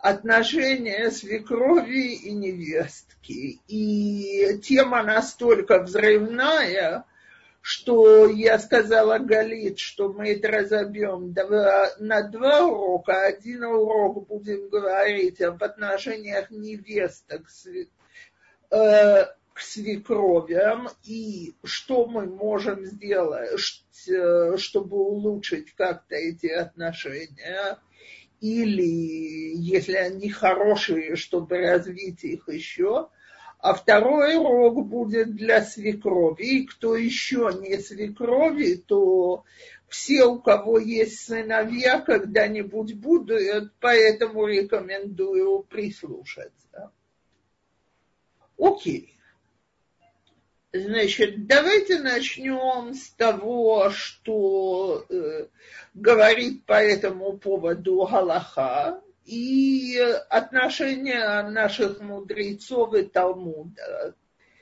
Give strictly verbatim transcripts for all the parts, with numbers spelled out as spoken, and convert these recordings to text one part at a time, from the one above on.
отношения свекрови и невестки. И тема настолько взрывная, что я сказала Галит, что мы это разобьем два, на два урока. Один урок будем говорить об отношениях невесток с, э, к свекровям и что мы можем сделать, чтобы улучшить как-то эти отношения. Или, если они хорошие, чтобы развить их еще. А второй урок будет для свекрови. И кто еще не свекрови, то все, у кого есть сыновья, когда-нибудь будут, поэтому рекомендую прислушаться. Окей. Значит, давайте начнем с того, что э, говорит по этому поводу Галаха и отношения наших мудрецов и Талмуда.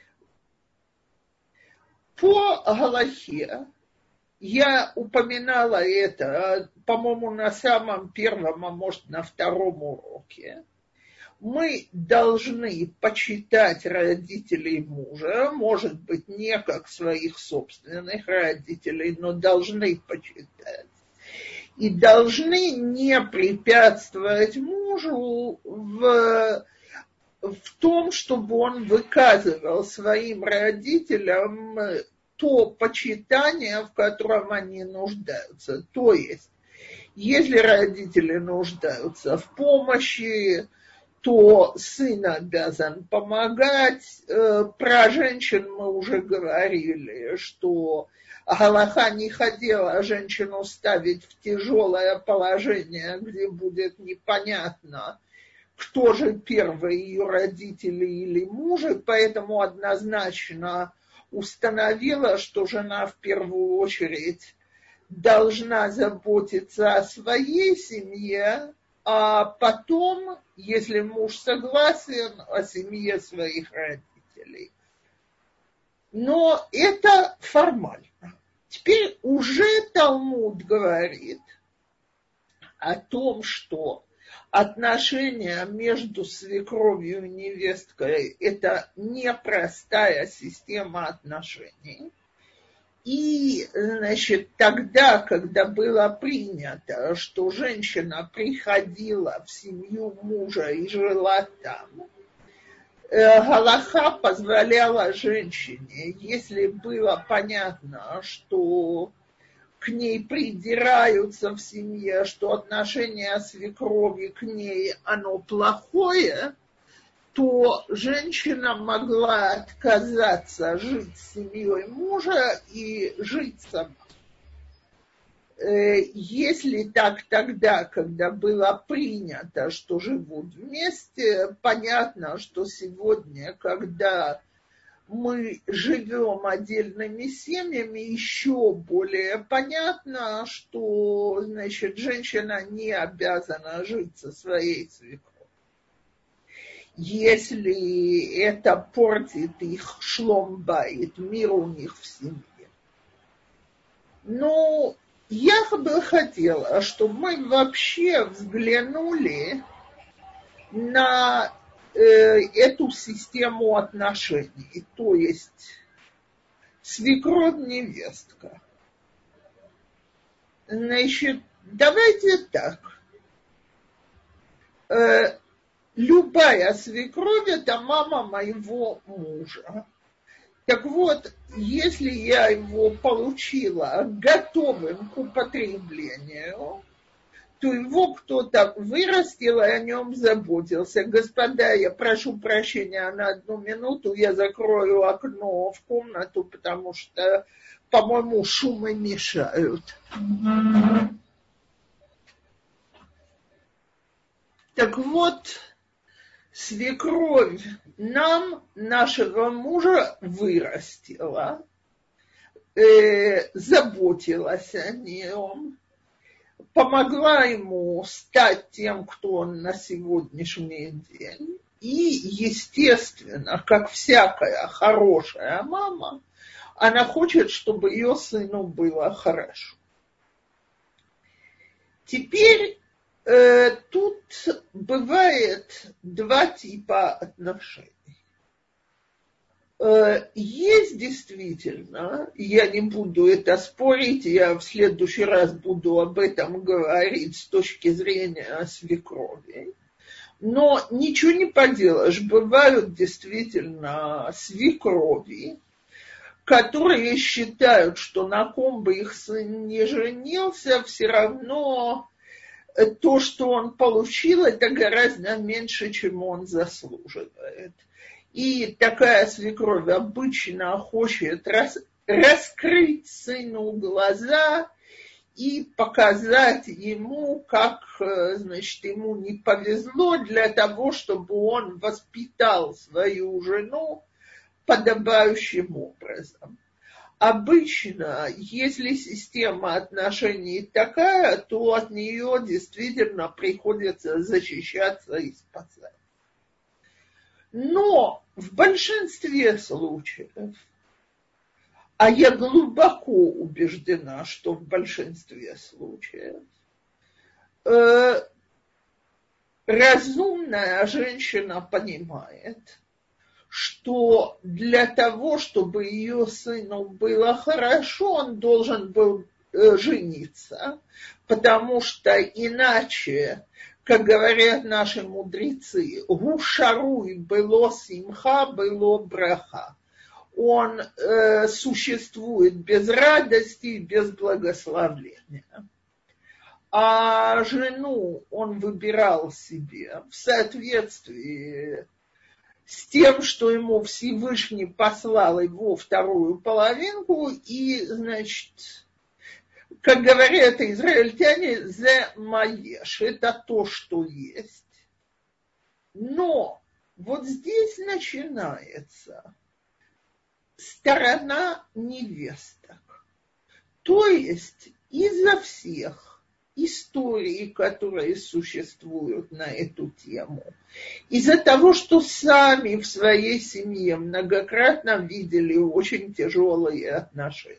По Галахе, я упоминала это, по-моему, на самом первом, а может, на втором уроке. Мы должны почитать родителей мужа, может быть, не как своих собственных родителей, но должны почитать. И должны не препятствовать мужу в, в том, чтобы он выказывал своим родителям то почитание, в котором они нуждаются. То есть, если родители нуждаются в помощи, то сын обязан помогать. Про женщин мы уже говорили, что Галаха не хотела женщину ставить в тяжелое положение, где будет непонятно, кто же первый, ее родители или муж, поэтому однозначно установила, что жена в первую очередь должна заботиться о своей семье, а потом, если муж согласен, о семье своих родителей. Но это формально. Теперь уже Талмуд говорит о том, что отношения между свекровью и невесткой – это непростая система отношений. И, значит, тогда, когда было принято, что женщина приходила в семью мужа и жила там, Галаха позволяла женщине, если было понятно, что к ней придираются в семье, что отношение свекрови к ней, оно плохое, то женщина могла отказаться жить с семьей мужа и жить сама. Если так тогда, когда было принято, что живут вместе, понятно, что сегодня, когда мы живем отдельными семьями, еще более понятно, что, значит, женщина не обязана жить со своей свекровью. Если это портит их шлом-байт, мир у них в семье. Ну, я бы хотела, чтобы мы вообще взглянули на э, эту систему отношений, то есть свекровь-невестка. Значит, давайте так. Э, любая свекровь – это мама моего мужа. Так вот, если я его получила готовым к употреблению, то его кто-то вырастил и о нем заботился. Господа, я прошу прощения на одну минуту, я закрою окно в комнату, потому что, по-моему, шумы мешают. Mm-hmm. Так вот, свекровь нам, нашего мужа, вырастила, э, заботилась о нем, помогла ему стать тем, кто он на сегодняшний день. И, естественно, как всякая хорошая мама, она хочет, чтобы ее сыну было хорошо. Теперь Э, тут бывает два типа отношений. Есть действительно, я не буду это спорить, я в следующий раз буду об этом говорить с точки зрения свекрови, но ничего не поделаешь, бывают действительно свекрови, которые считают, что на ком бы их сын не женился, все равно то, что он получил, это гораздо меньше, чем он заслуживает. И такая свекровь обычно хочет рас, раскрыть сыну глаза и показать ему, как, значит, ему не повезло, для того, чтобы он воспитал свою жену подобающим образом. Обычно, если система отношений такая, то от нее действительно приходится защищаться и спасать. Но в большинстве случаев, а я глубоко убеждена, что в большинстве случаев, э, разумная женщина понимает, что для того, чтобы ее сыну было хорошо, он должен был э, жениться, потому что иначе, как говорят наши мудрецы, гушаруй было симха, было браха. Он э, существует без радости, без благословления. А жену он выбирал себе в соответствии с тем, что ему Всевышний послал его вторую половинку, и, значит, как говорят израильтяне, «зе маеш» – это то, что есть. Но вот здесь начинается сторона невесток. То есть изо всех историй, которые существуют на эту тему, из-за того, что сами в своей семье многократно видели очень тяжелые отношения,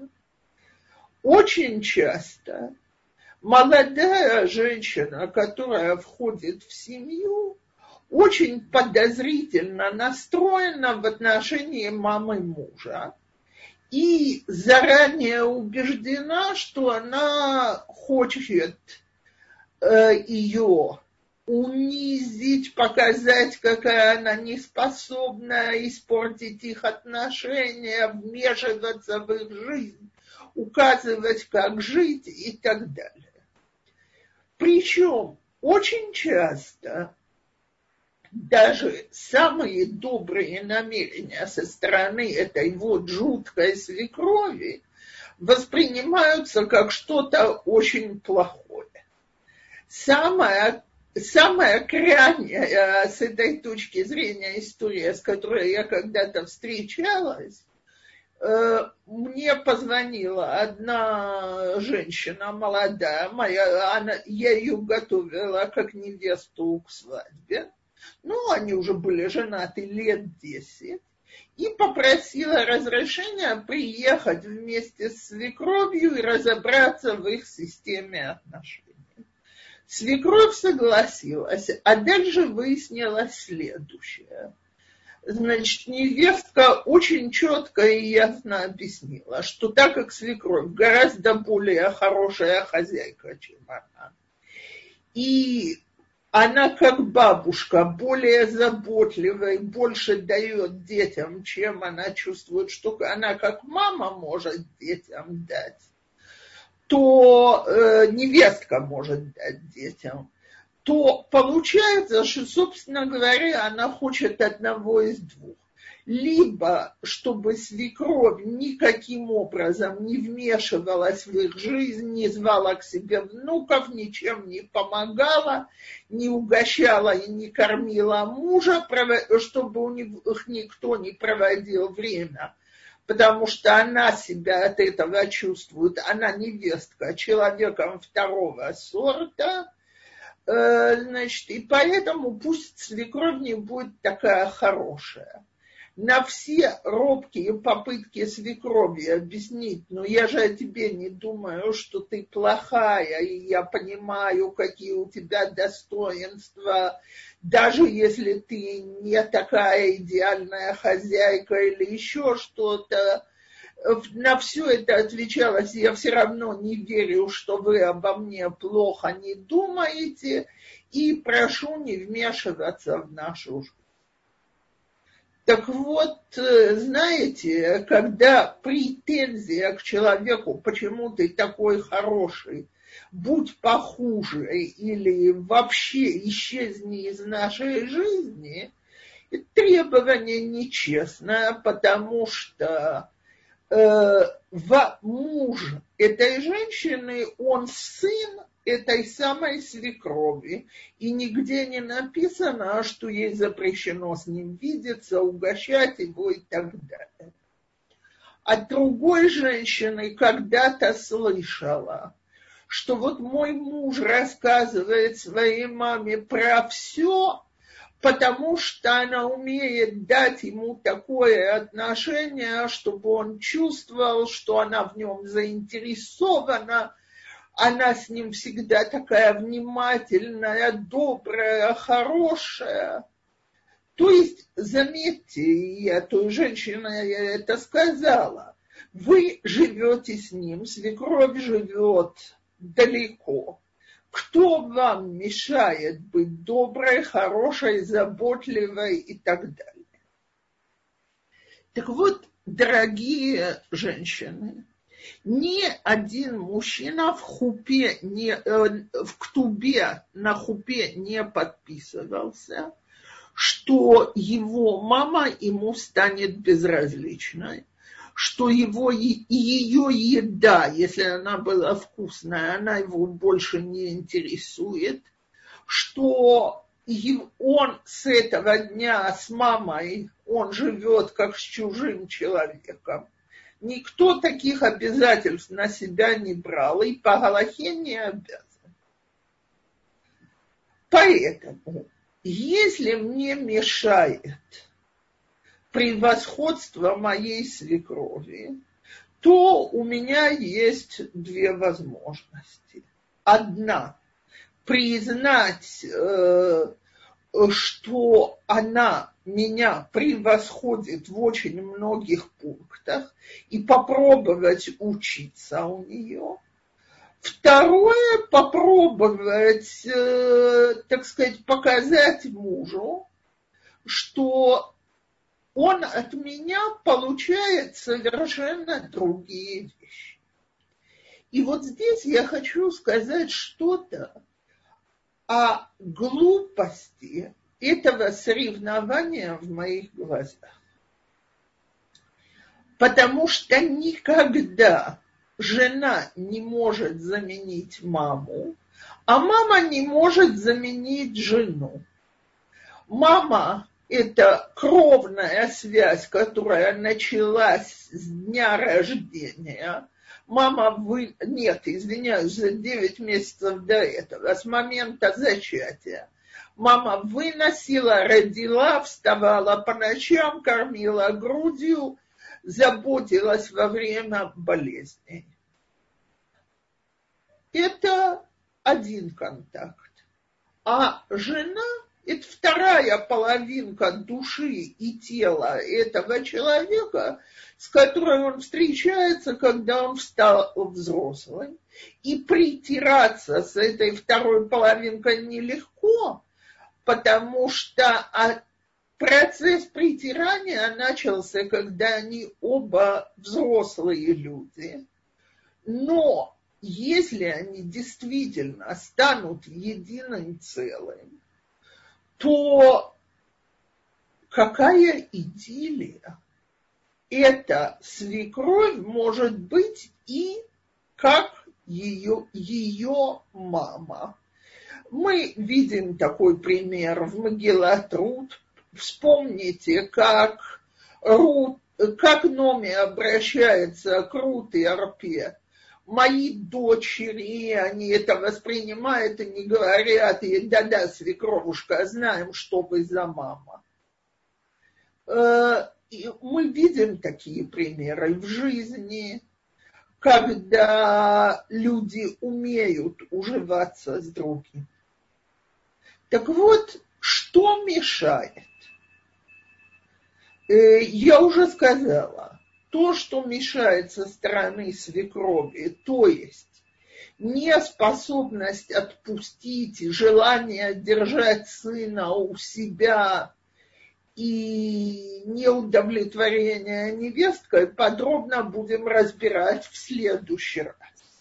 очень часто молодая женщина, которая входит в семью, очень подозрительно настроена в отношении мамы мужа и заранее убеждена, что она хочет э, ее унизить, показать, какая она неспособна, испортить их отношения, вмешиваться в их жизнь, указывать, как жить и так далее. Причем очень часто даже самые добрые намерения со стороны этой вот жуткой свекрови воспринимаются как что-то очень плохое. Самое, самая крайняя с этой точки зрения история, с которой я когда-то встречалась, мне позвонила одна женщина молодая, моя, она, я ее готовила как невесту к свадьбе. Ну, они уже были женаты лет десять, и попросила разрешения приехать вместе с свекровью и разобраться в их системе отношений. Свекровь согласилась, а дальше выяснилось следующее. Значит, невестка очень четко и ясно объяснила, что так как свекровь гораздо более хорошая хозяйка, чем она, и она как бабушка более заботливая, больше дает детям, чем она чувствует, что она как мама может детям дать, то э, невестка может дать детям, то получается, что, собственно говоря, она хочет одного из двух. Либо, чтобы свекровь никаким образом не вмешивалась в их жизнь, не звала к себе внуков, ничем не помогала, не угощала и не кормила мужа, чтобы у них никто не проводил время, потому что она себя от этого чувствует, она невестка, человеком второго сорта, значит, и поэтому пусть свекровь не будет такая хорошая. на все робкие попытки свекрови объяснить, ну я же о тебе не думаю, что ты плохая, и я понимаю, какие у тебя достоинства, даже если ты не такая идеальная хозяйка или еще что-то. На все это отвечалось: я все равно не верю, что вы обо мне плохо не думаете, и прошу не вмешиваться в нашу жизнь. Так вот, знаете, когда претензия к человеку, почему ты такой хороший, будь похуже или вообще исчезни из нашей жизни, требование нечестное, потому что э, муж этой женщины, он сын этой самой свекрови, и нигде не написано, что ей запрещено с ним видеться, угощать его и так далее. От другой женщины когда-то слышала, что вот мой муж рассказывает своей маме про все, потому что она умеет дать ему такое отношение, чтобы он чувствовал, что она в нем заинтересована. Она с ним всегда такая внимательная, добрая, хорошая. То есть, заметьте, я той женщине я это сказала, вы живете с ним, свекровь живет далеко. Кто вам мешает быть доброй, хорошей, заботливой и так далее? Так вот, дорогие женщины, ни один мужчина в хупе, не, э, в ктубе на хупе не подписывался, что его мама ему станет безразличной, что его, ее еда, если она была вкусная, она его больше не интересует, что он с этого дня с мамой, он живет как с чужим человеком. Никто таких обязательств на себя не брал и по галахе не обязан. Поэтому, если мне мешает превосходство моей свекрови, то у меня есть две возможности. Одна – признать, э, что она меня превосходит в очень многих пунктах и попробовать учиться у нее. Второе – попробовать, э, так сказать, показать мужу, что он от меня получает совершенно другие вещи. И вот здесь я хочу сказать что-то о глупости этого соревнования в моих глазах. Потому что никогда жена не может заменить маму, а мама не может заменить жену. Мама – это кровная связь, которая началась с дня рождения. Мама, вы... нет, извиняюсь, за девять месяцев до этого, с момента зачатия. Мама выносила, родила, вставала по ночам, кормила грудью, заботилась во время болезни. Это один контакт. А жена – это вторая половинка души и тела этого человека, с которой он встречается, когда он стал взрослым. И притираться с этой второй половинкой нелегко, потому что процесс притирания начался, когда они оба взрослые люди. Но если они действительно станут единым целым, то какая идиллия! Эта свекровь может быть и как ее, ее мама. Мы видим такой пример в Мегилат Рут. Вспомните, как, Рут, как Номи обращается к Рут и Орпе. Мои дочери, они это воспринимают и не говорят ей: да-да, свекровушка, знаем, что вы за мама. и мы видим такие примеры в жизни, когда люди умеют уживаться с другим. Так вот, что мешает? Я уже сказала, то, что мешает со стороны свекрови, то есть неспособность отпустить, желание держать сына у себя и неудовлетворение невесткой, подробно будем разбирать в следующий раз.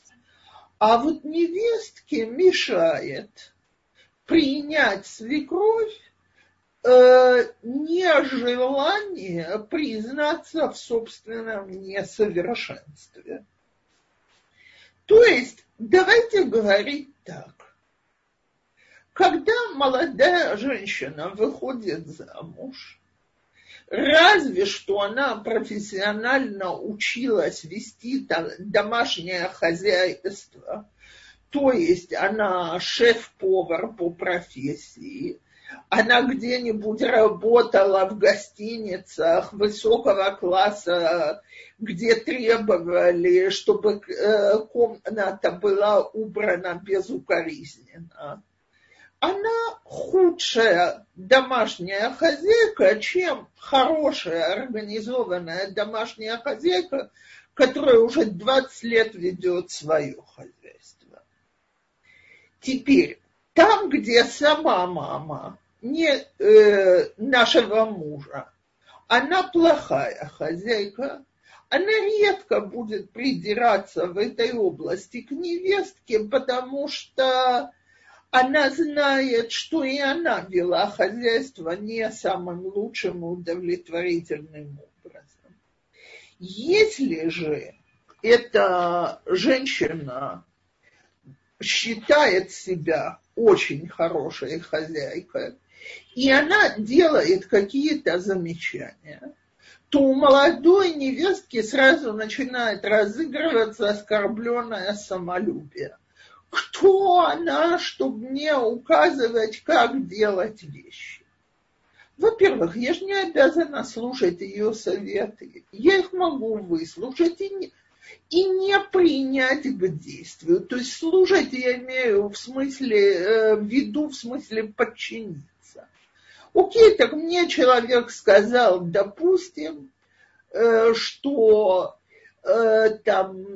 А вот невестке мешает принять свекровь э, нежелание признаться в собственном несовершенстве. То есть, давайте говорить так. Когда молодая женщина выходит замуж, разве что она профессионально училась вести домашнее хозяйство, то есть она шеф-повар по профессии, она где-нибудь работала в гостиницах высокого класса, где требовали, чтобы комната была убрана безукоризненно. Она худшая домашняя хозяйка, чем хорошая организованная домашняя хозяйка, которая уже двадцать лет ведет свое хозяйство. Теперь, там, где сама мама, не э, нашего мужа, она плохая хозяйка, она редко будет придираться в этой области к невестке, потому что она знает, что и она вела хозяйство не самым лучшим и удовлетворительным образом. Если же эта женщина считает себя очень хорошей хозяйкой, и она делает какие-то замечания, то у молодой невестки сразу начинает разыгрываться оскорбленное самолюбие. Кто она, чтобы мне указывать, как делать вещи? Во-первых, я же не обязана слушать ее советы. Я их могу выслушать и не, и не принять к действию. То есть слушать я имею в смысле, э, в виду в смысле подчиниться. Окей, так мне человек сказал, допустим, э, что э, там...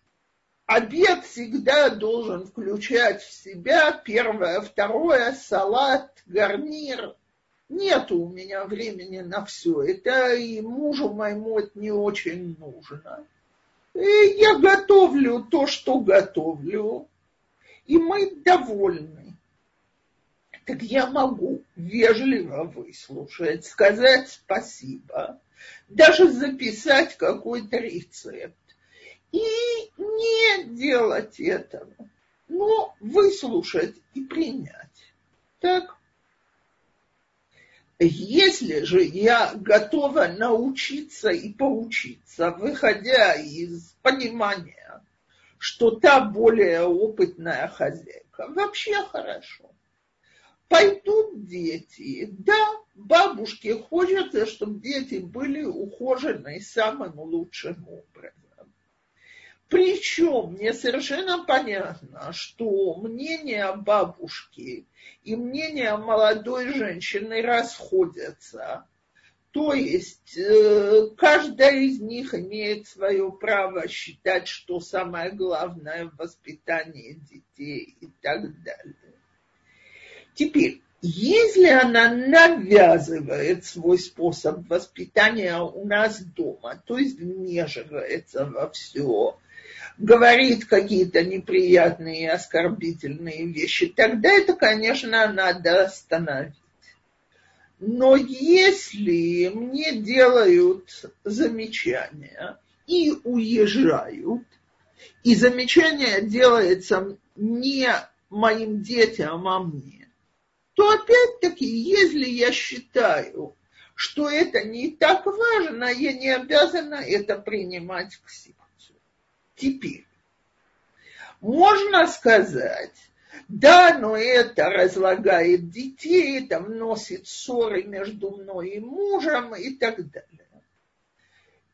Обед всегда должен включать в себя первое, второе, салат, гарнир. Нет у меня времени на все это, и мужу моему это не очень нужно. И я готовлю то, что готовлю, и мы довольны. Так я могу вежливо выслушать, сказать спасибо, даже записать какой-то рецепт. И не делать этого, но выслушать и принять. Так? Если же я готова научиться и поучиться, выходя из понимания, что та более опытная хозяйка, вообще хорошо. Пойдут дети. Да, бабушке хочется, чтобы дети были ухожены самым лучшим образом. Причем мне совершенно понятно, что мнение бабушки и мнение молодой женщины расходятся. То есть э, каждая из них имеет свое право считать, что самое главное в воспитании детей и так далее. Теперь, если она навязывает свой способ воспитания у нас дома, то есть вмешивается во все, говорит какие-то неприятные и оскорбительные вещи, тогда это, конечно, надо остановить. Но если мне делают замечания и уезжают, и замечание делается не моим детям, а мне, то опять-таки, если я считаю, что это не так важно, я не обязана это принимать к сердцу. Теперь, можно сказать, да, но это разлагает детей, это вносит ссоры между мной и мужем и так далее.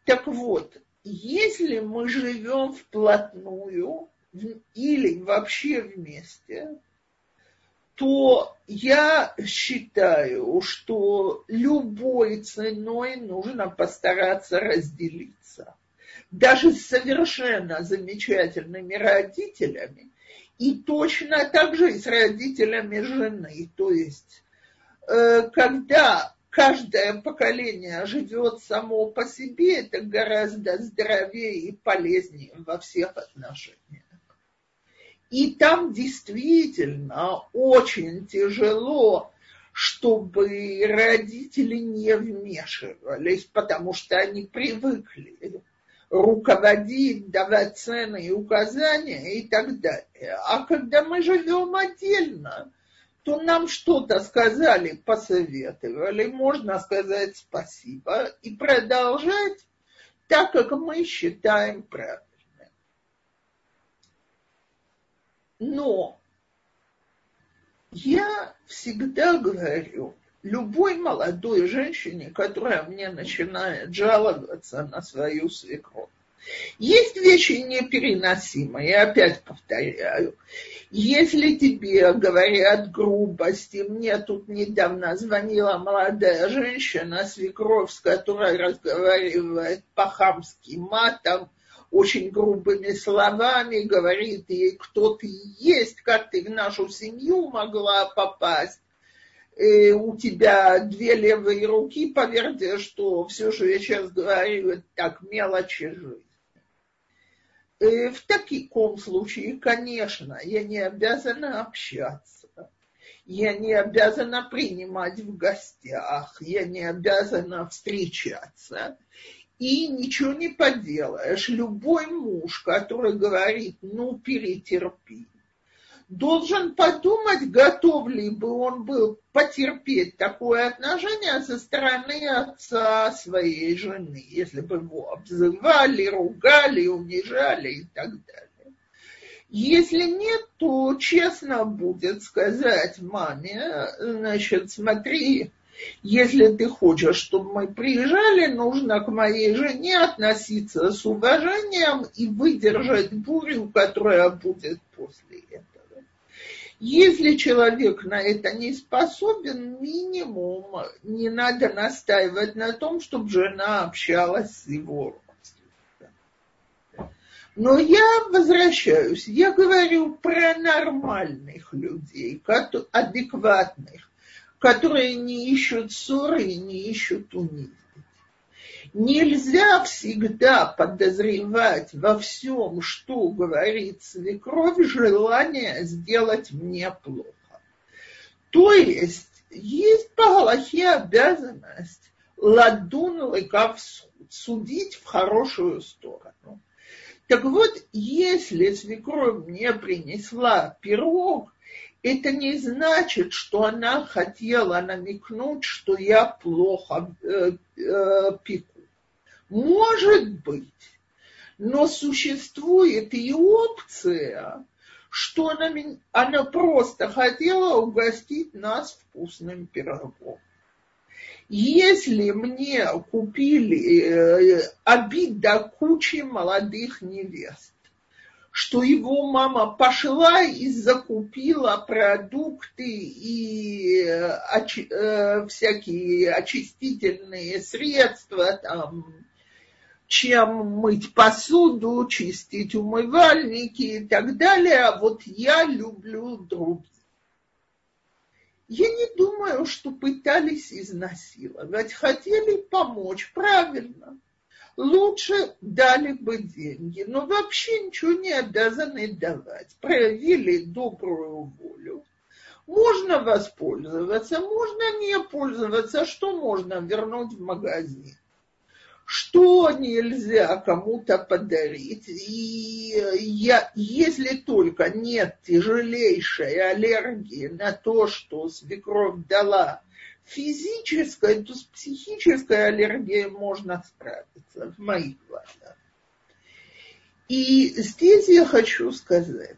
Так вот, если мы живем вплотную или вообще вместе, то я считаю, что любой ценой нужно постараться разделиться. Даже с совершенно замечательными родителями, и точно так же и с родителями жены. То есть, э, когда каждое поколение живет само по себе, это гораздо здоровее и полезнее во всех отношениях. И там действительно очень тяжело, чтобы родители не вмешивались, потому что они привыкли руководить, давать цены и указания и так далее. А когда мы живем отдельно, то нам что-то сказали, посоветовали, можно сказать спасибо и продолжать так, как мы считаем правильным. Но я всегда говорю любой молодой женщине, которая мне начинает жаловаться на свою свекровь, есть вещи непереносимые, я опять повторяю. Если тебе говорят грубости, мне тут недавно звонила молодая женщина, свекровь, с которой разговаривает по-хамски матом, очень грубыми словами, говорит ей, кто ты есть, как ты в нашу семью могла попасть. И у тебя две левые руки, поверьте, что все, что я сейчас говорю, это так, мелочи жизни. И в таком случае, конечно, я не обязана общаться, я не обязана принимать в гостях, я не обязана встречаться. И ничего не поделаешь. Любой муж, который говорит, ну, перетерпи, должен подумать, готов ли бы он был потерпеть такое отношение со стороны отца своей жены, если бы его обзывали, ругали, унижали и так далее. Если нет, то честно будет сказать маме, значит, смотри, если ты хочешь, чтобы мы приезжали, нужно к моей жене относиться с уважением и выдержать бурю, которая будет после этого. Если человек на это не способен, минимум не надо настаивать на том, чтобы жена общалась с его родственниками. Но я возвращаюсь, я говорю про нормальных людей, адекватных, которые не ищут ссоры и не ищут унизить. Нельзя всегда подозревать во всем, что говорит свекровь, желание сделать мне плохо. То есть, есть по галахе обязанность ладун лыкав суд, судить в хорошую сторону. Так вот, если свекровь мне принесла пирог, это не значит, что она хотела намекнуть, что я плохо э, э, пеку. Может быть, но существует и опция, что она, она просто хотела угостить нас вкусным пирогом. Если мне купили э, обид до кучи молодых невест, что его мама пошла и закупила продукты и очи, э, всякие очистительные средства, там, чем мыть посуду, чистить умывальники и так далее. А вот я люблю других. Я не думаю, что пытались изнасиловать, хотели помочь, правильно. Лучше дали бы деньги, но вообще ничего не обязаны давать. Проявили добрую волю. Можно воспользоваться, можно не пользоваться. Что можно вернуть в магазин? Что нельзя кому-то подарить? И я, если только нет тяжелейшей аллергии на то, что свекровь дала, физической, то с психической аллергией можно справиться, в моих глазах. И здесь я хочу сказать,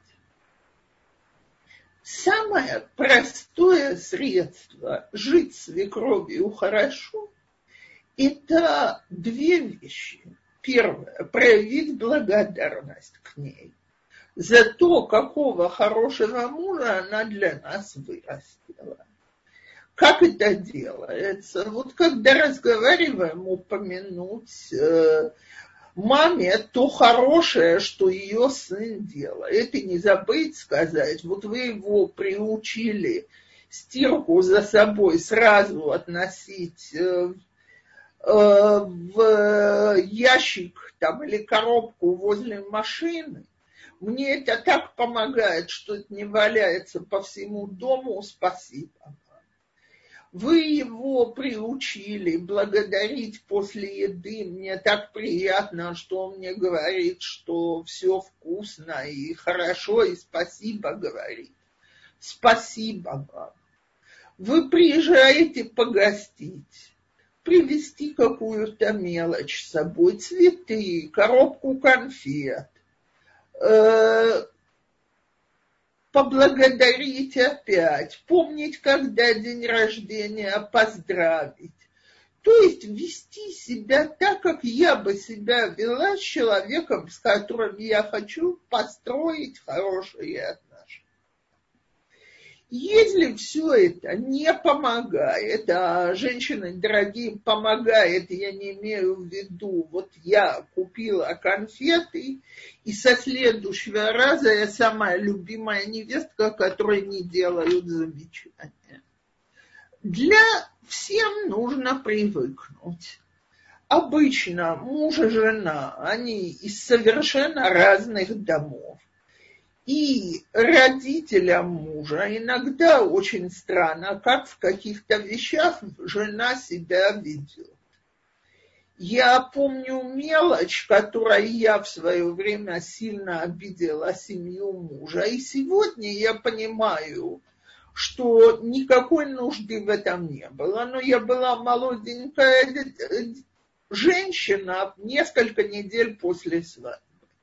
самое простое средство жить с свекровью хорошо, Это две вещи. Первое, проявить благодарность к ней за то, какого хорошего мужа она для нас вырастила. Как это делается? Вот когда разговариваем, упомянуть э, маме то хорошее, что ее сын делает. И не забыть сказать, вот вы его приучили стирку за собой сразу относить э, э, в ящик там, или коробку возле машины. Мне это так помогает, что это не валяется по всему дому. Спасибо. Вы его приучили благодарить после еды. Мне так приятно, что он мне говорит, что все вкусно и хорошо, и спасибо говорит. Спасибо вам. Вы приезжаете погостить, привезти какую-то мелочь с собой, цветы, коробку конфет, э- поблагодарить опять, помнить, когда день рождения, поздравить. То есть вести себя так, как я бы себя вела с человеком, с которым я хочу построить хорошие отношения. Если все это не помогает, а женщины дорогие помогает, я не имею в виду, вот я купила конфеты, и со следующего раза я самая любимая невестка, которой не делают замечания. Для всем нужно привыкнуть. Обычно муж и жена, они из совершенно разных домов. И родителям мужа иногда очень странно, как в каких-то вещах жена себя ведет. Я помню мелочь, которой я в свое время сильно обидела семью мужа. И сегодня я понимаю, что никакой нужды в этом не было. Но я была молоденькая женщина несколько недель после свадьбы.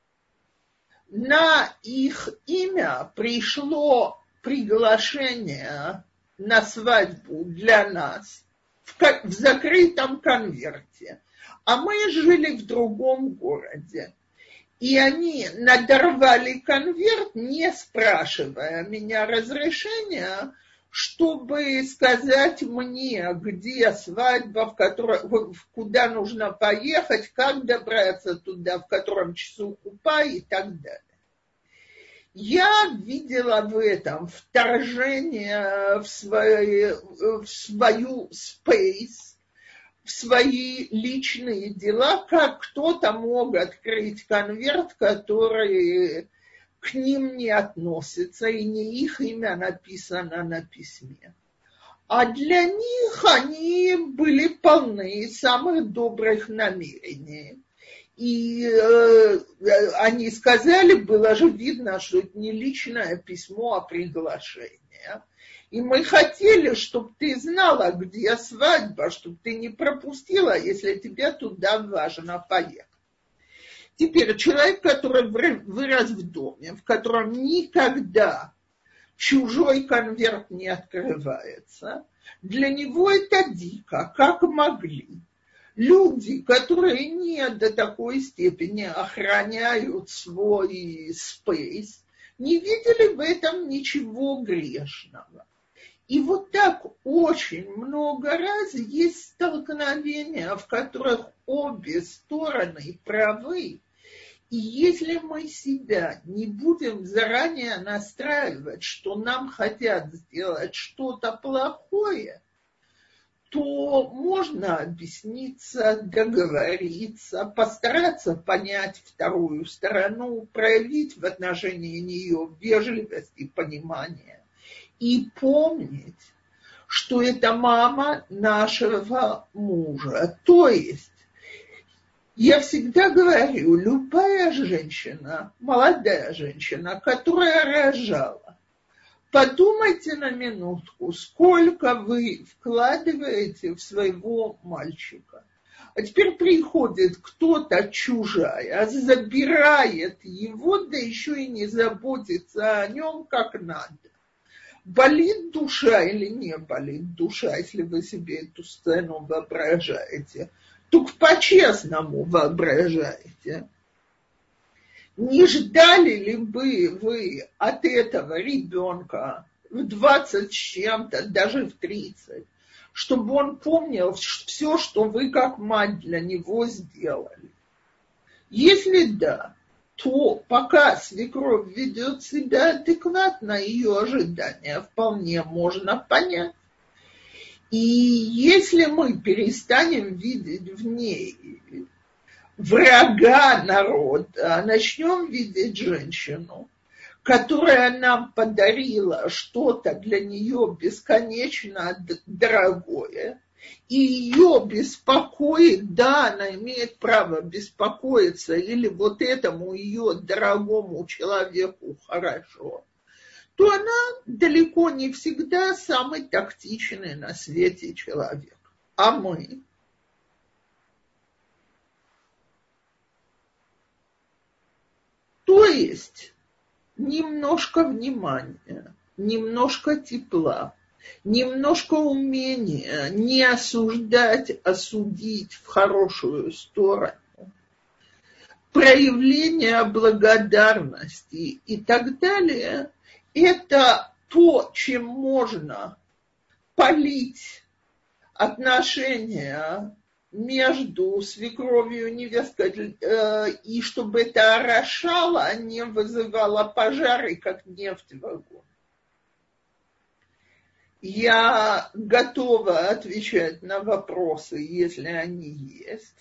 На их имя пришло приглашение на свадьбу для нас в, в закрытом конверте. А мы жили в другом городе. И они надорвали конверт, не спрашивая меня разрешения, чтобы сказать мне, где свадьба, в которой, куда нужно поехать, как добраться туда, в котором часу купа и так далее. Я видела в этом вторжение в, свои, в свою space, в свои личные дела, как кто-то мог открыть конверт, который к ним не относится, и не их имя написано на письме. А для них они были полны самых добрых намерений. И э, они сказали, было же видно, что это не личное письмо, а приглашение. И мы хотели, чтобы ты знала, где свадьба, чтобы ты не пропустила, если тебе туда важно поехать. Теперь человек, который вырос в доме, в котором никогда чужой конверт не открывается, для него это дико, как могли. Люди, которые не до такой степени охраняют свой спейс, не видели в этом ничего грешного. И вот так очень много раз есть столкновения, в которых обе стороны правы. И если мы себя не будем заранее настраивать, что нам хотят сделать что-то плохое, то можно объясниться, договориться, постараться понять вторую сторону, проявить в отношении нее вежливость и понимание. И помнить, что это мама нашего мужа. То есть, я всегда говорю, любая женщина, молодая женщина, которая рожала, подумайте на минутку, сколько вы вкладываете в своего мальчика. А теперь приходит кто-то чужая, забирает его, да еще и не заботится о нем как надо. Болит душа или не болит душа, если вы себе эту сцену воображаете? Только по-честному воображаете. Не ждали ли бы вы от этого ребенка в двадцать с чем-то, даже в тридцать, чтобы он помнил все, что вы как мать для него сделали? Если да, то пока свекровь ведет себя адекватно, ее ожидания вполне можно понять. И если мы перестанем видеть в ней врага народа, начнем видеть женщину, которая нам подарила что-то для нее бесконечно дорогое, и ее беспокоит, да, она имеет право беспокоиться, или вот этому ее дорогому человеку хорошо, то она далеко не всегда самый тактичный на свете человек. А мы? То есть немножко внимания, немножко тепла, немножко умения не осуждать, а судить в хорошую сторону, проявление благодарности и так далее, это то, чем можно полить отношения между свекровью и невесткой, э, и чтобы это орошало, а не вызывало пожары, как нефть в огонь. Я готова отвечать на вопросы, если они есть.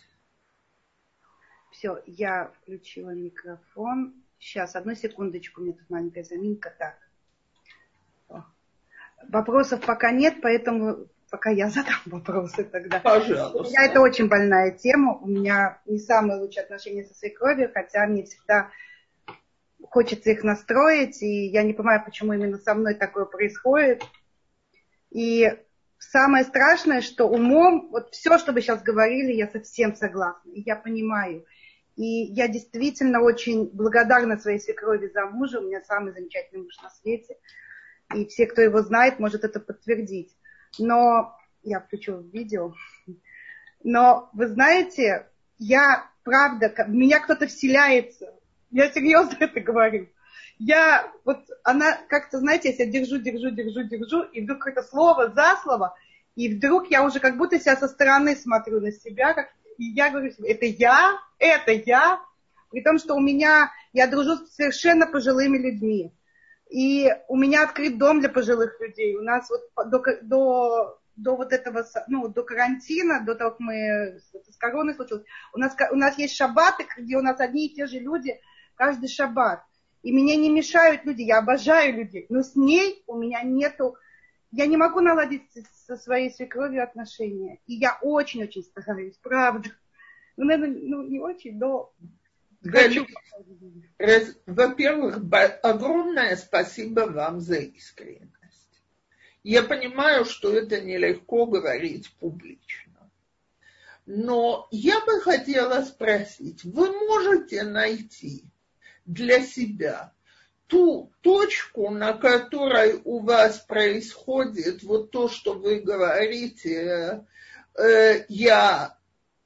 Все, я включила микрофон. Сейчас, одну секундочку, у меня тут маленькая заминка. Так. О. Вопросов пока нет, поэтому пока я задам вопросы тогда. Пожалуйста. У меня это очень больная тема. У меня не самые лучшие отношения со свекровью, хотя мне всегда хочется их настроить, и я не понимаю, почему именно со мной такое происходит. И самое страшное, что умом, вот все, что вы сейчас говорили, я совсем согласна, и я понимаю. И я действительно очень благодарна своей свекрови за мужа, у меня самый замечательный муж на свете, и все, кто его знает, может это подтвердить. Но я включу видео. Но вы знаете, я правда, в меня кто-то вселяется. Я серьезно это говорю. Я вот, она как-то, знаете, я себя держу, держу, держу, держу, и вдруг какое-то слово за слово, и вдруг я уже как будто себя со стороны смотрю на себя, как, и я говорю себе, это я, это я, при том, что у меня, я дружу с совершенно пожилыми людьми. И у меня открыт дом для пожилых людей. У нас вот до, до, до вот этого, ну, до карантина, до того, как мы с короной случилось, у нас, у нас есть шаббаты, где у нас одни и те же люди каждый шаббат. И мне не мешают люди, я обожаю людей. Но с ней у меня нету, я не могу наладить со своей свекровью отношения. И я очень-очень стараюсь, правда. Ну, наверное, ну, не очень, но... Галина, во-первых, огромное спасибо вам за искренность. Я понимаю, что это нелегко говорить публично. Но я бы хотела спросить, вы можете найти для себя ту точку, на которой у вас происходит вот то, что вы говорите, э, я...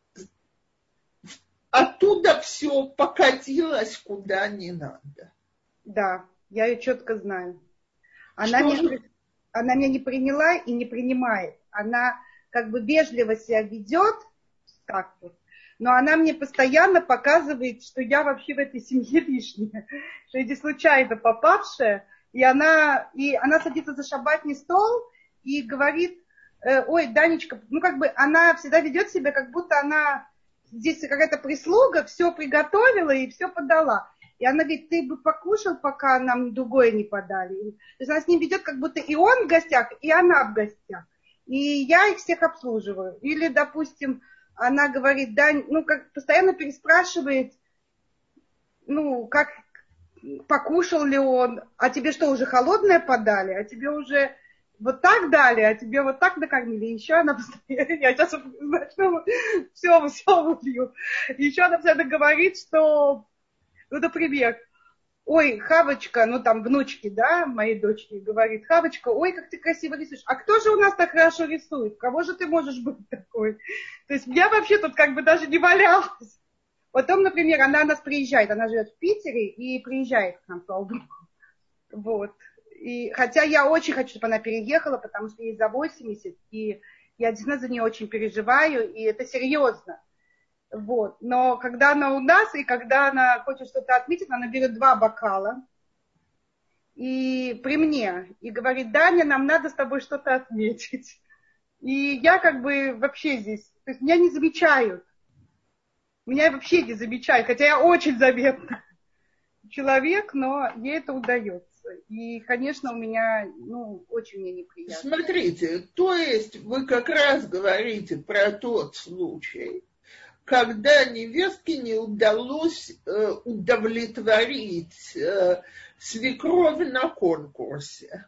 Оттуда все покатилось куда не надо. Да, я ее четко знаю. Она меня, она меня не приняла и не принимает. Она как бы вежливо себя ведет, так вот, но она мне постоянно показывает, что я вообще в этой семье лишняя, что я здесь случайно попавшая. И она, и она садится за шаббатный стол и говорит, э, ой, Данечка, ну как бы она всегда ведет себя, как будто она... Здесь какая-то прислуга все приготовила и все подала. И она говорит, ты бы покушал, пока нам другое не подали. То есть она с ним ведет, как будто и он в гостях, и она в гостях. И я их всех обслуживаю. Или, допустим, она говорит, да, ну, как постоянно переспрашивает, ну, как покушал ли он, а тебе что, уже холодное подали, а тебе уже... Вот так дали, а тебе вот так накормили. Еще она постоянно, я сейчас начну все, все вылью. Еще она постоянно говорит, что, ну, например, ой, Хавочка, ну там внучки, да, моей дочки, говорит, Хавочка, ой, как ты красиво рисуешь. А кто же у нас так хорошо рисует? Кого же ты можешь быть такой? То есть я вообще тут как бы даже не валялась. Потом, например, она нас приезжает, она живет в Питере и приезжает к нам, слава богу. Вот. И, хотя я очень хочу, чтобы она переехала, потому что ей за восемьдесят, и я действительно за нее очень переживаю, и это серьезно. Вот. Но когда она у нас, и когда она хочет что-то отметить, она берет два бокала и при мне, и говорит, Даня, нам надо с тобой что-то отметить. И я как бы вообще здесь, то есть меня не замечают. Меня вообще не замечают, хотя я очень заметный человек, но ей это удается. И, конечно, у меня, ну, очень мне неприятно. Смотрите, то есть вы как раз говорите про тот случай, когда невестке не удалось э, удовлетворить э, свекровь на конкурсе.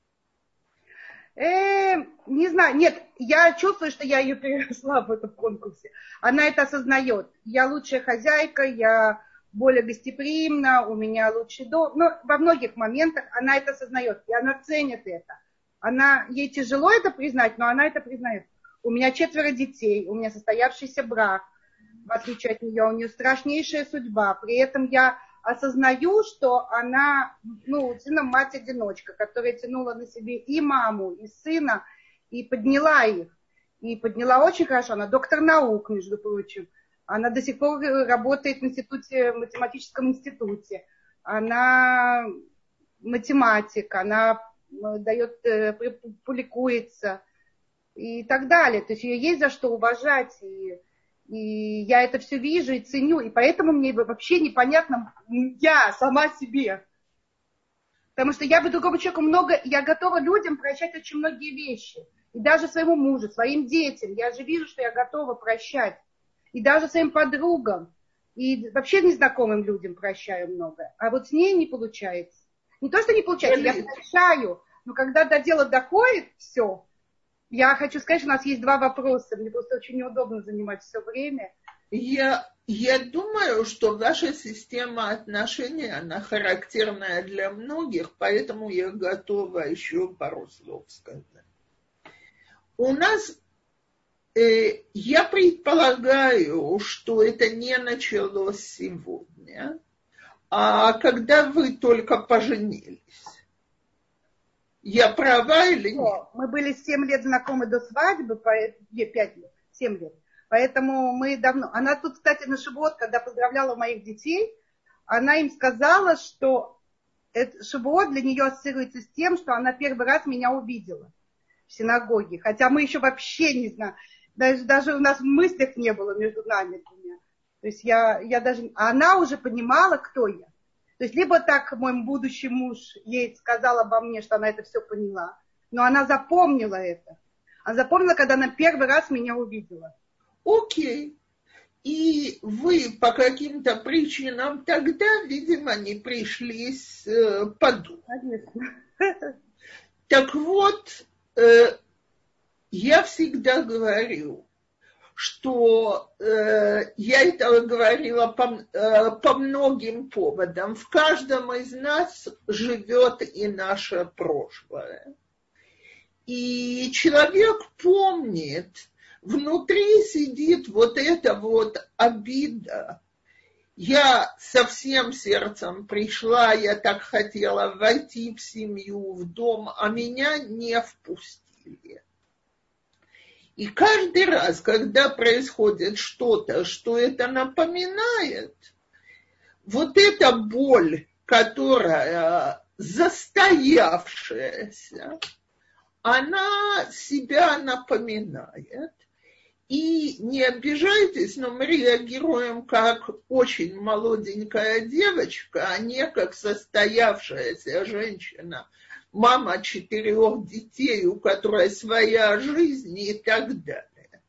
Э, не знаю, нет, я чувствую, что я ее переросла в этом конкурсе. Она это осознает. Я лучшая хозяйка, я более гостеприимна, у меня лучший дом. Но во многих моментах она это осознает, и она ценит это. Она, ей тяжело это признать, но она это признает. У меня четверо детей, у меня состоявшийся брак. В отличие от нее, у нее страшнейшая судьба. При этом я осознаю, что она, ну, сына мать-одиночка, которая тянула на себе и маму, и сына, и подняла их. И подняла очень хорошо. Она доктор наук, между прочим. Она до сих пор работает в институте, в математическом институте. Она математик, она дает, публикуется и так далее. То есть ее есть за что уважать. И, и я это все вижу и ценю. И поэтому мне вообще непонятно я сама себе. Потому что я бы другому человеку много... Я готова людям прощать очень многие вещи. И даже своему мужу, своим детям. Я же вижу, что я готова прощать. И даже своим подругам. И вообще незнакомым людям прощаю многое. А вот с ней не получается. Не то, что не получается, я прощаю. Но когда до дела доходит все, я хочу сказать, что у нас есть два вопроса. Мне просто очень неудобно занимать все время. Я, я думаю, что ваша система отношений, она характерная для многих, поэтому я готова еще пару слов сказать. У нас, э, я предполагаю, что это не началось сегодня, а когда вы только поженились. Я права или нет? Мы были семь лет знакомы до свадьбы, пять лет, семь лет. Поэтому мы давно... Она тут, кстати, на Шивот, когда поздравляла моих детей, она им сказала, что Шивот для нее ассоциируется с тем, что она первый раз меня увидела в синагоге. Хотя мы еще вообще не знаем. Даже, даже у нас в мыслях не было между нами двумя. То есть я, я даже... А она уже понимала, кто я. То есть либо так мой будущий муж ей сказал обо мне, что она это все поняла, но она запомнила это. Она запомнила, когда она первый раз меня увидела. Окей. И вы по каким-то причинам тогда, видимо, не пришлись э, по духу. Конечно. Так вот, э, я всегда говорю, что э, я это говорила по, э, по многим поводам. В каждом из нас живет и наше прошлое. И человек помнит, внутри сидит вот эта вот обида. Я со всем сердцем пришла, я так хотела войти в семью, в дом, а меня не впустили. И каждый раз, когда происходит что-то, что это напоминает, вот эта боль, которая застоявшаяся, она себя напоминает. И не обижайтесь, но мы реагируем как очень молоденькая девочка, а не как состоявшаяся женщина, мама четырех детей, у которой своя жизнь и так далее.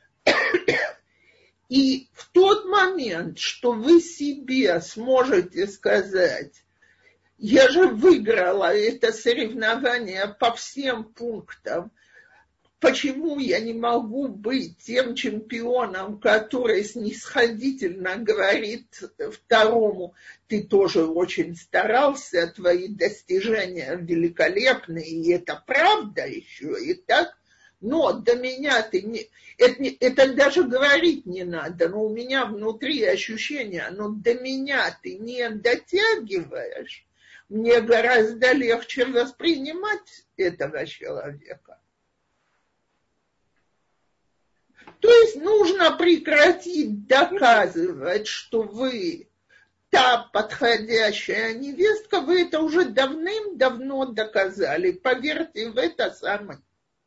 И в тот момент, что вы себе сможете сказать, я же выиграла это соревнование по всем пунктам, почему я не могу быть тем чемпионом, который снисходительно говорит второму: ты тоже очень старался, твои достижения великолепны, и это правда еще, и так, но до меня ты не... Это, не, это даже говорить не надо, но у меня внутри ощущение, но до меня ты не дотягиваешь, мне гораздо легче воспринимать этого человека. То есть нужно прекратить доказывать, что вы та подходящая невестка, вы это уже давным-давно доказали. Поверьте в это сами.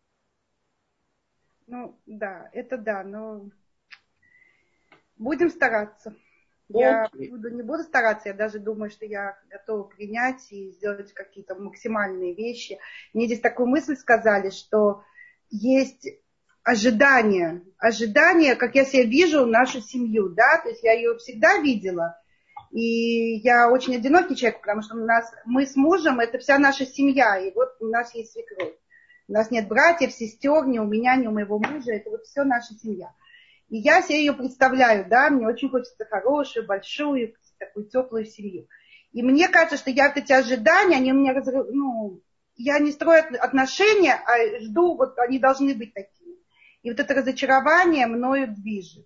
Ну, да, это да, но будем стараться. Я буду, не буду стараться, я даже думаю, что я готова принять и сделать какие-то максимальные вещи. Мне здесь такую мысль сказали, что есть ожидание, ожидание, как я себе вижу нашу семью, да, то есть я ее всегда видела, и я очень одинокий человек, потому что у нас, мы с мужем, это вся наша семья, и вот у нас есть свекровь. У нас нет братьев, сестер, ни у меня, ни у моего мужа, это вот все наша семья. И я себе ее представляю, да, мне очень хочется хорошую, большую, такую теплую семью. И мне кажется, что я вот эти ожидания, они у меня, разрыв... ну, я не строю отношения, а жду, вот они должны быть такими. И вот это разочарование мною движет.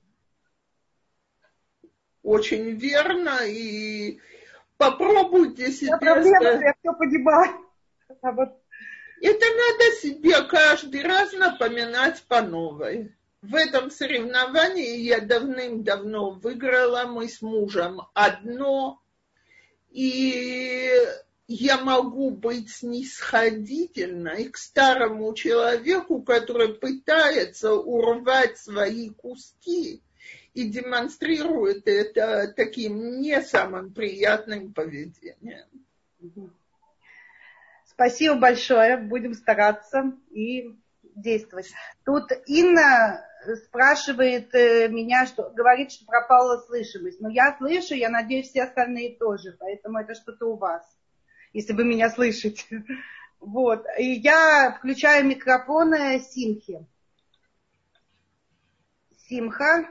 Очень верно, и попробуйте себе... Я проблема, что я все понимаю. А вот... Это надо себе каждый раз напоминать по новой. В этом соревновании я давным-давно выиграла, мы с мужем одно, и я могу быть снисходительной к старому человеку, который пытается урвать свои куски и демонстрирует это таким не самым приятным поведением. Спасибо большое, будем стараться и действовать. Тут Инна спрашивает меня, что говорит, что пропала слышимость. Но я слышу, я надеюсь, все остальные тоже, поэтому это что-то у вас, если вы меня слышите. Вот. И я включаю микрофоны Симхи. Симха.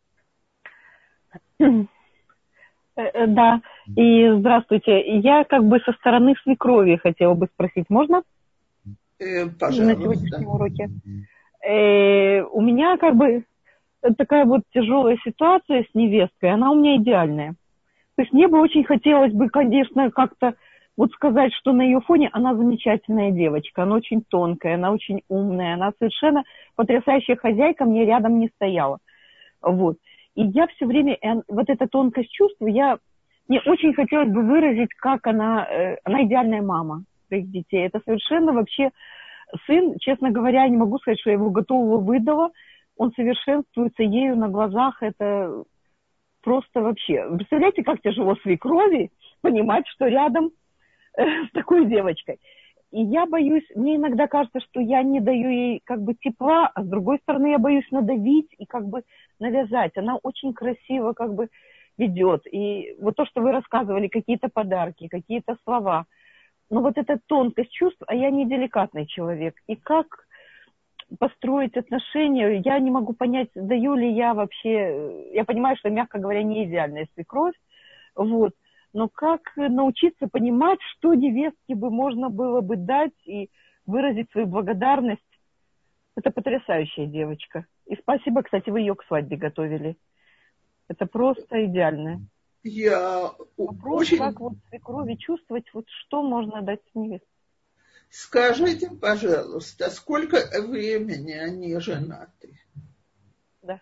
Да, и здравствуйте. Я как бы со стороны свекрови хотела бы спросить, можно? Э, пожалуйста. На сегодняшнем уроке. Э, у меня как бы такая вот тяжелая ситуация с невесткой, она у меня идеальная. То есть мне бы очень хотелось бы, конечно, как-то вот сказать, что на ее фоне она замечательная девочка, она очень тонкая, она очень умная, она совершенно потрясающая хозяйка, мне рядом не стояла. Вот. И я все время, вот эта тонкость чувств, я, мне очень хотелось бы выразить, как она, она идеальная мама своих детей. Это совершенно вообще сын, честно говоря, я не могу сказать, что я его готового выдала, он совершенствуется ею на глазах, это просто вообще. Представляете, как тяжело свекрови понимать, что рядом с такой девочкой. И я боюсь, мне иногда кажется, что я не даю ей как бы тепла, а с другой стороны я боюсь надавить и как бы навязать. Она очень красиво как бы ведет. И вот то, что вы рассказывали, какие-то подарки, какие-то слова. Но вот эта тонкость чувств, а я не деликатный человек. И как построить отношения, я не могу понять, даю ли я вообще... Я понимаю, что, мягко говоря, не идеальная свекровь. Вот. Но как научиться понимать, что невестке бы можно было бы дать и выразить свою благодарность? Это потрясающая девочка. И спасибо, кстати, вы ее к свадьбе готовили. Это просто идеально. Я Вопрос, очень... как вот свекрови чувствовать, вот что можно дать невестке? Скажите, пожалуйста, сколько времени они женаты? Да.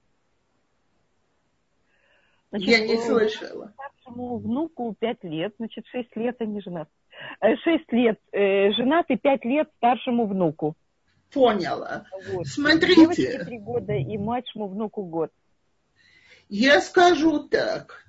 Значит, я не слышала. Старшему внуку пять лет, значит, шесть лет они женаты. Шесть лет э, женаты, пять лет старшему внуку. Поняла. Вот. Смотрите. Девочке три года и младшему внуку год. Я скажу так.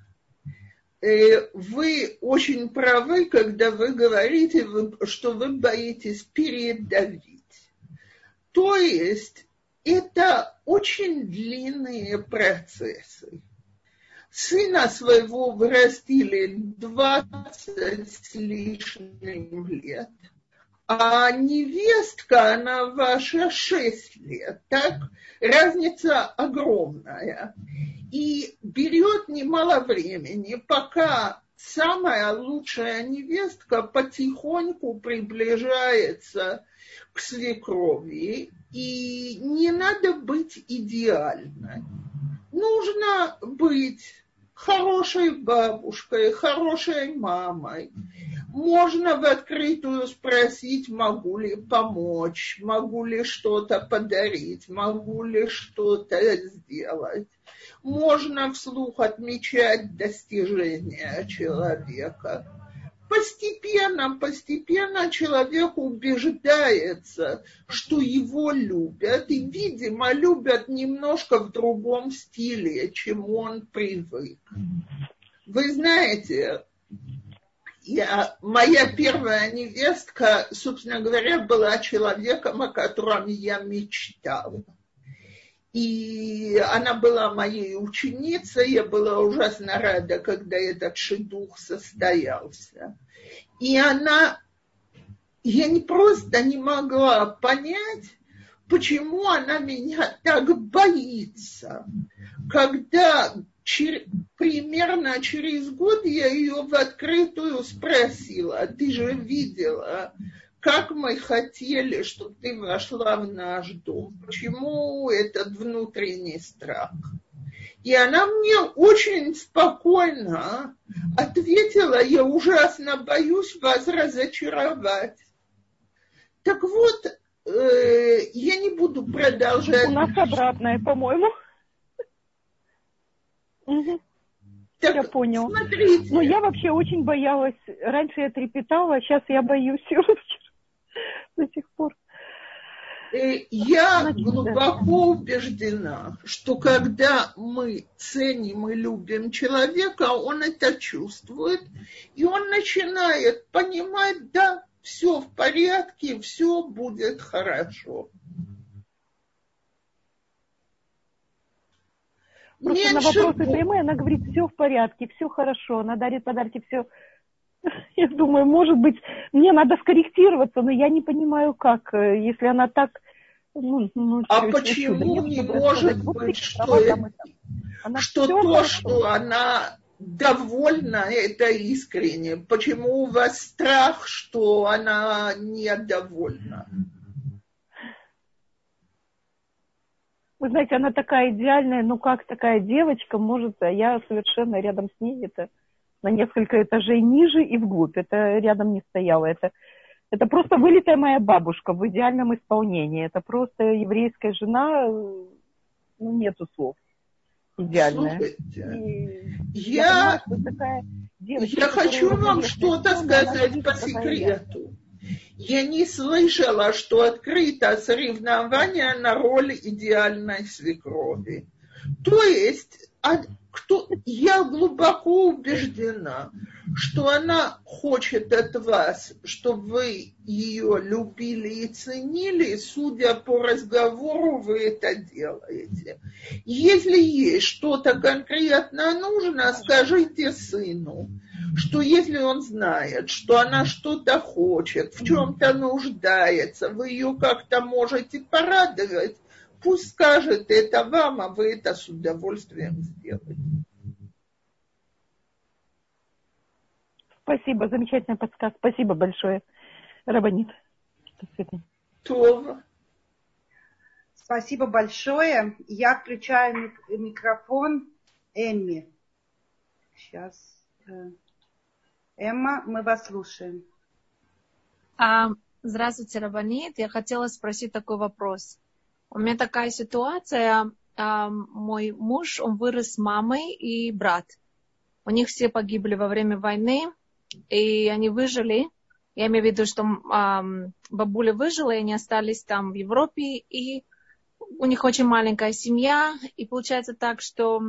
Вы очень правы, когда вы говорите, что вы боитесь передавить. То есть это очень длинные процессы. Сына своего вырастили двадцать с лишним лет, а невестка, она ваша шесть лет, так? Разница огромная. И берет немало времени, пока самая лучшая невестка потихоньку приближается к свекрови. И не надо быть идеальной. Нужно быть хорошей бабушкой, хорошей мамой. Можно в открытую спросить, могу ли помочь, могу ли что-то подарить, могу ли что-то сделать. Можно вслух отмечать достижения человека. Постепенно, постепенно человек убеждается, что его любят, и, видимо, любят немножко в другом стиле, чем он привык. Вы знаете, я, моя первая невестка, собственно говоря, была человеком, о котором я мечтала. И она была моей ученицей, я была ужасно рада, когда этот шидух состоялся. И она, я не просто не могла понять, почему она меня так боится. Когда чер, примерно через год я ее в открытую спросила, ты же видела, как мы хотели, чтобы ты вошла в наш дом. Почему этот внутренний страх? И она мне очень спокойно ответила, я ужасно боюсь вас разочаровать. Так вот, э, я не буду продолжать. У нас обратное, по-моему. Так, я понял. Смотрите. Но я вообще очень боялась. Раньше я трепетала, а сейчас я боюсь до сих пор. Я глубоко убеждена, что когда мы ценим и любим человека, он это чувствует, и он начинает понимать, да, все в порядке, все будет хорошо. Просто меньше... на вопросы прямые она говорит, все в порядке, все хорошо, она дарит подарки, все. Я думаю, может быть, мне надо скорректироваться, но я не понимаю, как, если она так... Ну, ну, а почему не может быть, что, это, что то, хорошо. Что она довольна, это искренне? Почему у вас страх, что она недовольна? Вы знаете, она такая идеальная, ну как такая девочка может, а я совершенно рядом с ней, это на несколько этажей ниже и вглубь, это рядом не стояла, это, это просто вылитая моя бабушка в идеальном исполнении, это просто еврейская жена, ну нету слов, идеальная. Слушайте, я, я, понимаю, девочка, я хочу вам что-то сказать по секрету. Я не слышала, что открыто соревнование на роль идеальной свекрови. То есть, а, кто, я глубоко убеждена, что она хочет от вас, чтобы вы ее любили и ценили, судя по разговору, вы это делаете. Если есть что-то конкретно нужно, скажите сыну, что если он знает, что она что-то хочет, в чем-то нуждается, вы ее как-то можете порадовать, пусть скажет это вам, а вы это с удовольствием сделаете. Спасибо, замечательный подсказ. Спасибо большое, Рабанит. До свидания. Това. Спасибо большое. Я включаю микрофон Эмми. Сейчас. Эмма, мы вас слушаем. А, здравствуйте, Рабанит. Я хотела спросить такой вопрос. У меня такая ситуация. А, мой муж, он вырос с мамой и брат. У них все погибли во время войны, и они выжили. Я имею в виду, что а, бабуля выжила, и они остались там в Европе, и у них очень маленькая семья. И получается так, что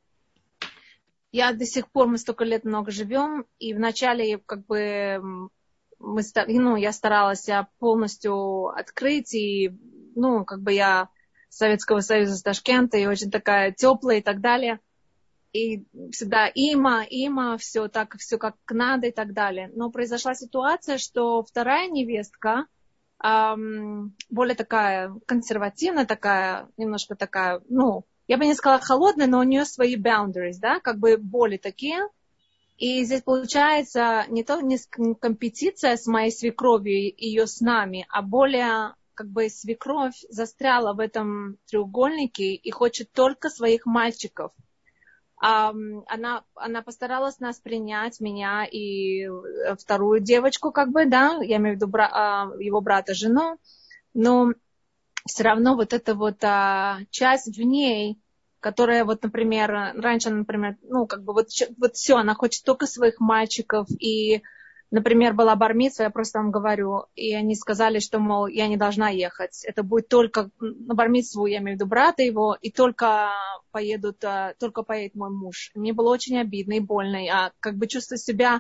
я до сих пор, мы столько лет много живем, и вначале как бы мы, ну, я старалась полностью открыть, и ну, как бы я Советского Союза с Ташкента, и очень такая теплая и так далее. И всегда има, има, все так, все как надо и так далее. Но произошла ситуация, что вторая невестка, эм, более такая консервативная, такая, немножко такая, ну, я бы не сказала холодная, но у нее свои boundaries, да, как бы более такие. И здесь получается не то не компетиция с моей свекровью и ее с нами, а более как бы свекровь застряла в этом треугольнике и хочет только своих мальчиков. А, она, она постаралась нас принять, меня и вторую девочку, как бы, да, я имею в виду бра, его брата, жену, но все равно вот эта вот а, часть в ней, которая вот, например, раньше, например, ну, как бы вот, вот все, она хочет только своих мальчиков, и, например, была бар-мицва, я просто вам говорю, и они сказали, что, мол, я не должна ехать, это будет только на бар-мицву, я имею в виду брата его, и только поедут, только поедет мой муж. Мне было очень обидно и больно, я как бы чувствую себя,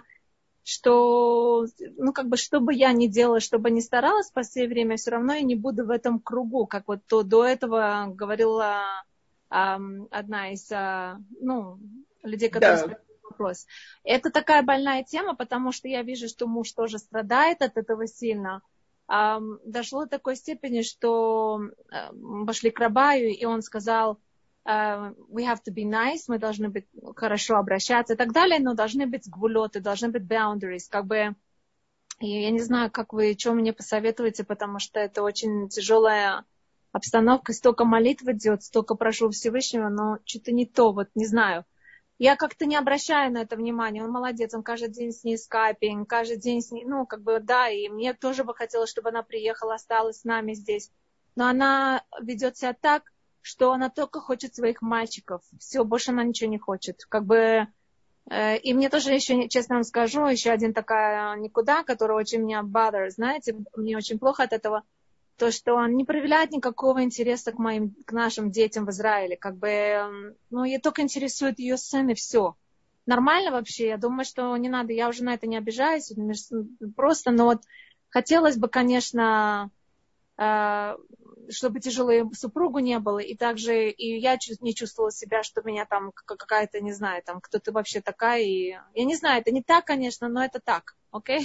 что, ну, как бы, что бы я ни делала, что бы ни старалась в последнее время, все равно я не буду в этом кругу, как вот то до этого говорила одна из, ну, людей, которые спросили вопрос. Это такая больная тема, потому что я вижу, что муж тоже страдает от этого сильно. Дошло до такой степени, что пошли к Рабаю, и он сказал, we have to be nice, мы должны быть хорошо обращаться и так далее, но должны быть гвулеты, должны быть boundaries, как бы, и я не знаю, как вы, что мне посоветуете, потому что это очень тяжелая обстановка, столько молитв идет, столько прошу Всевышнего, но что-то не то, вот не знаю. Я как-то не обращаю на это внимания. Он молодец, он каждый день с ней скайпинг, каждый день с ней, ну, как бы, да, и мне тоже бы хотелось, чтобы она приехала, осталась с нами здесь. Но она ведет себя так, что она только хочет своих мальчиков. Все, больше она ничего не хочет. Как бы, э, и мне тоже еще, честно вам скажу, еще один такая никуда, которая очень меня bothers, знаете, мне очень плохо от этого. То, что он не проявляет никакого интереса к моим, к нашим детям в Израиле. Как бы, ну, ее только интересует ее сын и все. Нормально вообще, я думаю, что не надо, я уже на это не обижаюсь, просто, но вот хотелось бы, конечно, чтобы тяжелой супругу не было, и также и я не чувствовала себя, что меня там какая-то, не знаю, там, кто ты вообще такая, и я не знаю, это не так, конечно, но это так, окей? Okay?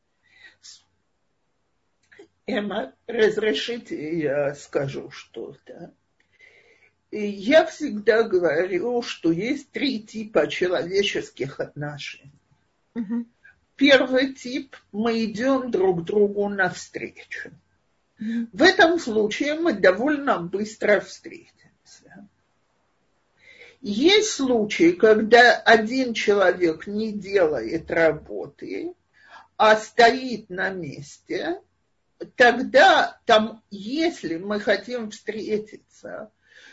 Эмма, разрешите, я скажу что-то. Я всегда говорю, что есть три типа человеческих отношений. Uh-huh. Первый тип – мы идем друг другу навстречу. Uh-huh. В этом случае мы довольно быстро встретимся. Есть случаи, когда один человек не делает работы, а стоит на месте. Тогда там, если мы хотим встретиться,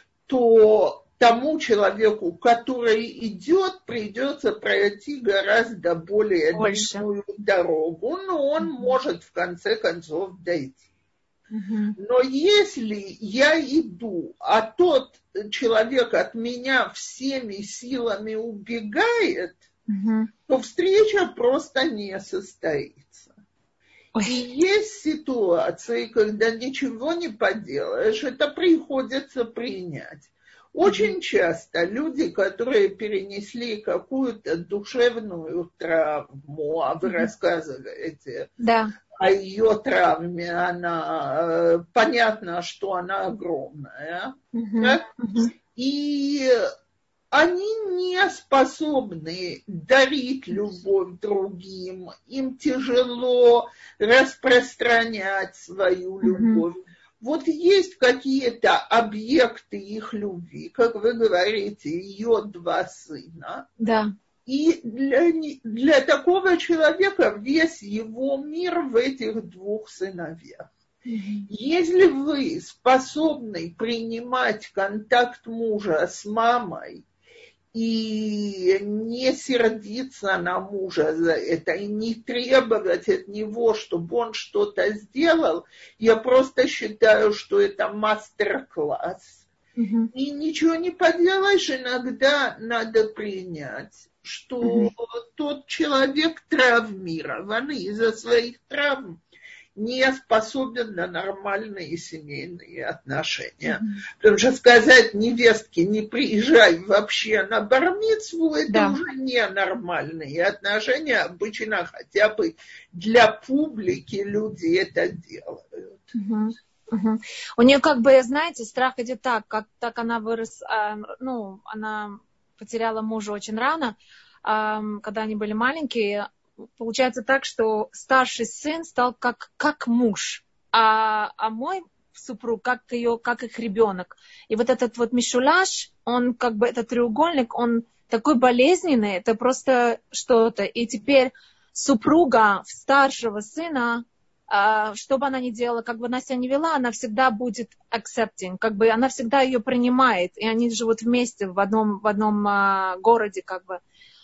то тому человеку, который идет, придется пройти гораздо более Больше. длинную дорогу, но он mm-hmm. может в конце концов дойти. Mm-hmm. Но если я иду, а тот человек от меня всеми силами убегает, mm-hmm. то встреча просто не состоится. Ой. И есть ситуации, когда ничего не поделаешь, это приходится принять. Очень mm-hmm. часто люди, которые перенесли какую-то душевную травму, а вы mm-hmm. рассказываете да. о ее травме, она понятно, что она огромная, mm-hmm. да? mm-hmm. и они не способны дарить любовь другим, им тяжело распространять свою любовь. Mm-hmm. Вот есть какие-то объекты их любви, как вы говорите, ее два сына. Да. И для, для такого человека весь его мир в этих двух сыновьях. Mm-hmm. Если вы способны принимать контакт мужа с мамой, и не сердиться на мужа за это, и не требовать от него, чтобы он что-то сделал, я просто считаю, что это мастер-класс. Mm-hmm. И ничего не поделаешь, иногда надо принять, что mm-hmm. тот человек травмирован из-за своих травм. не способен на нормальные семейные отношения. Mm-hmm. Потому что сказать невестке не приезжай вообще на бар-мицву, это да. уже ненормальные отношения. Обычно хотя бы для публики люди это делают. Mm-hmm. Uh-huh. У нее как бы, знаете, страх идет так, как так она вырос, э, ну, она потеряла мужа очень рано, э, когда они были маленькие. Получается так, что старший сын стал как, как муж, а, а мой супруг как, ее, как их ребенок. И вот этот вот мишуляж, он как бы, этот треугольник, он такой болезненный, это просто что-то. И теперь супруга старшего сына, что бы она ни делала, как бы она себя ни вела, она всегда будет accepting, как бы она всегда ее принимает, и они живут вместе в одном, в одном uh, городе, как бы.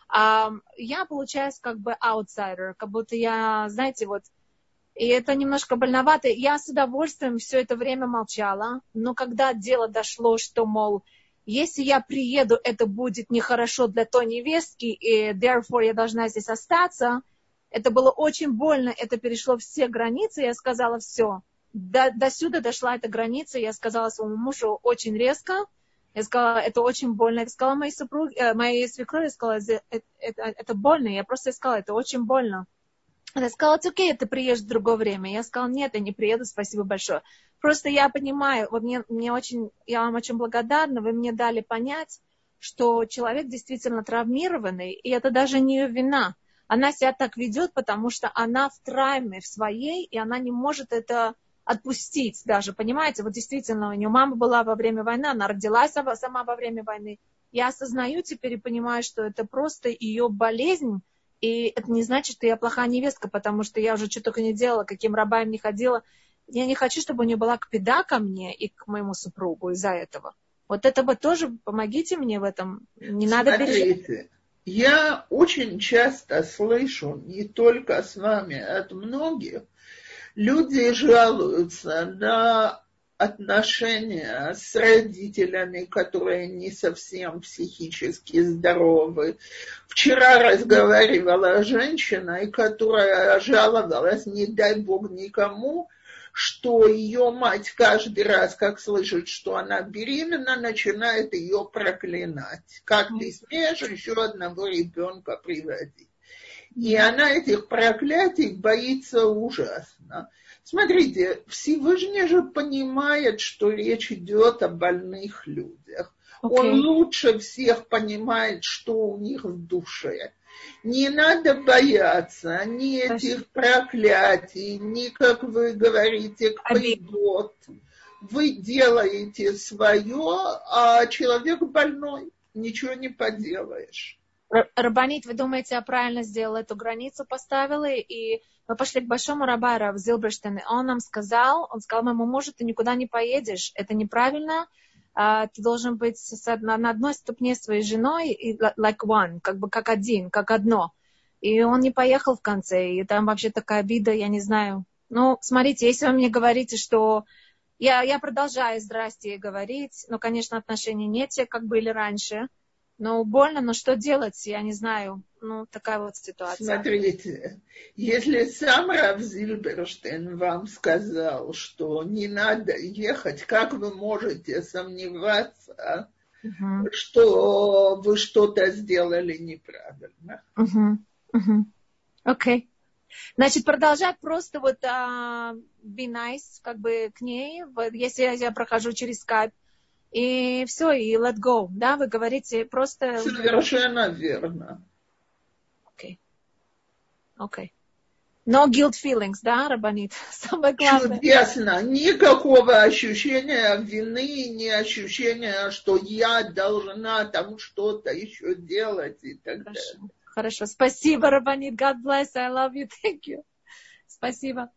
А я получаюсь как бы outsider, как будто я, знаете, вот, и это немножко больновато. Я с удовольствием все это время молчала, но когда дело дошло, что, мол, если я приеду, это будет нехорошо для той невестки, и therefore я должна здесь остаться. Это было очень больно, это перешло все границы, я сказала все. До, до сюда дошла эта граница, я сказала своему мужу очень резко, я сказала, это очень больно. Я сказала моей супруге, э, моей свекрови, я сказала, это, это, это больно, я просто сказала, это очень больно. Она сказала, это окей, ты приедешь в другое время. Я сказала, нет, я не приеду, спасибо большое. Просто я понимаю, вот мне, мне очень, я вам очень благодарна, вы мне дали понять, что человек действительно травмированный, и это даже не ее вина. Она себя так ведет, потому что она в травме в своей, и она не может это отпустить даже, понимаете? Вот действительно, у нее мама была во время войны, она родилась сама во время войны. Я осознаю теперь и понимаю, что это просто ее болезнь, и это не значит, что я плохая невестка, потому что я уже что только не делала, каким рабаем не ходила. Я не хочу, чтобы у нее была беда ко мне и к моему супругу из-за этого. Вот это бы тоже, помогите мне в этом. Не надо переживать. Я очень часто слышу, не только с вами, от многих, люди жалуются на отношения с родителями, которые не совсем психически здоровы. Вчера разговаривала женщина, которая жаловалась, не дай бог никому, что ее мать каждый раз, как слышит, что она беременна, начинает ее проклинать. Как ты смеешь еще одного ребенка приводить? И она этих проклятий боится ужасно. Смотрите, Всевышний же понимает, что речь идет о больных людях. Okay. Он лучше всех понимает, что у них в душе. Не надо бояться ни этих проклятий, ни, как вы говорите, кпейдот. Вы делаете свое, а человек больной, ничего не поделаешь. Рабанит, вы думаете, я правильно сделала эту границу, поставила, и мы пошли к большому рабу Рав Зилберштейн, он нам сказал, он сказал моему мужу, ты никуда не поедешь, это неправильно, ты должен быть на одной ступне своей женой, и like one, как бы как один, как одно. И он не поехал в конце, и там вообще такая обида, я не знаю. Ну, смотрите, если вы мне говорите, что я, я продолжаю здрасте говорить, но, конечно, отношения не те, как были раньше, но больно, но что делать, я не знаю. Ну, такая вот ситуация. Смотрите, если сам Рав Зильберштейн вам сказал, что не надо ехать, как вы можете сомневаться, uh-huh. что вы что-то сделали неправильно? Окей. Uh-huh. Uh-huh. Okay. Значит, продолжать просто вот uh, be nice, как бы к ней, если я, я прохожу через скайп, и все, и let go, да, вы говорите просто... Совершенно верно. Окей. Okay. Окей. Okay. No guilt feelings, да, Рабанит? Самое главное. Чудесно. Никакого ощущения вины, ни ощущения, что я должна там что-то еще делать и так Хорошо. далее. Хорошо. Спасибо, Рабанит. God bless. I love you. Thank you. Спасибо.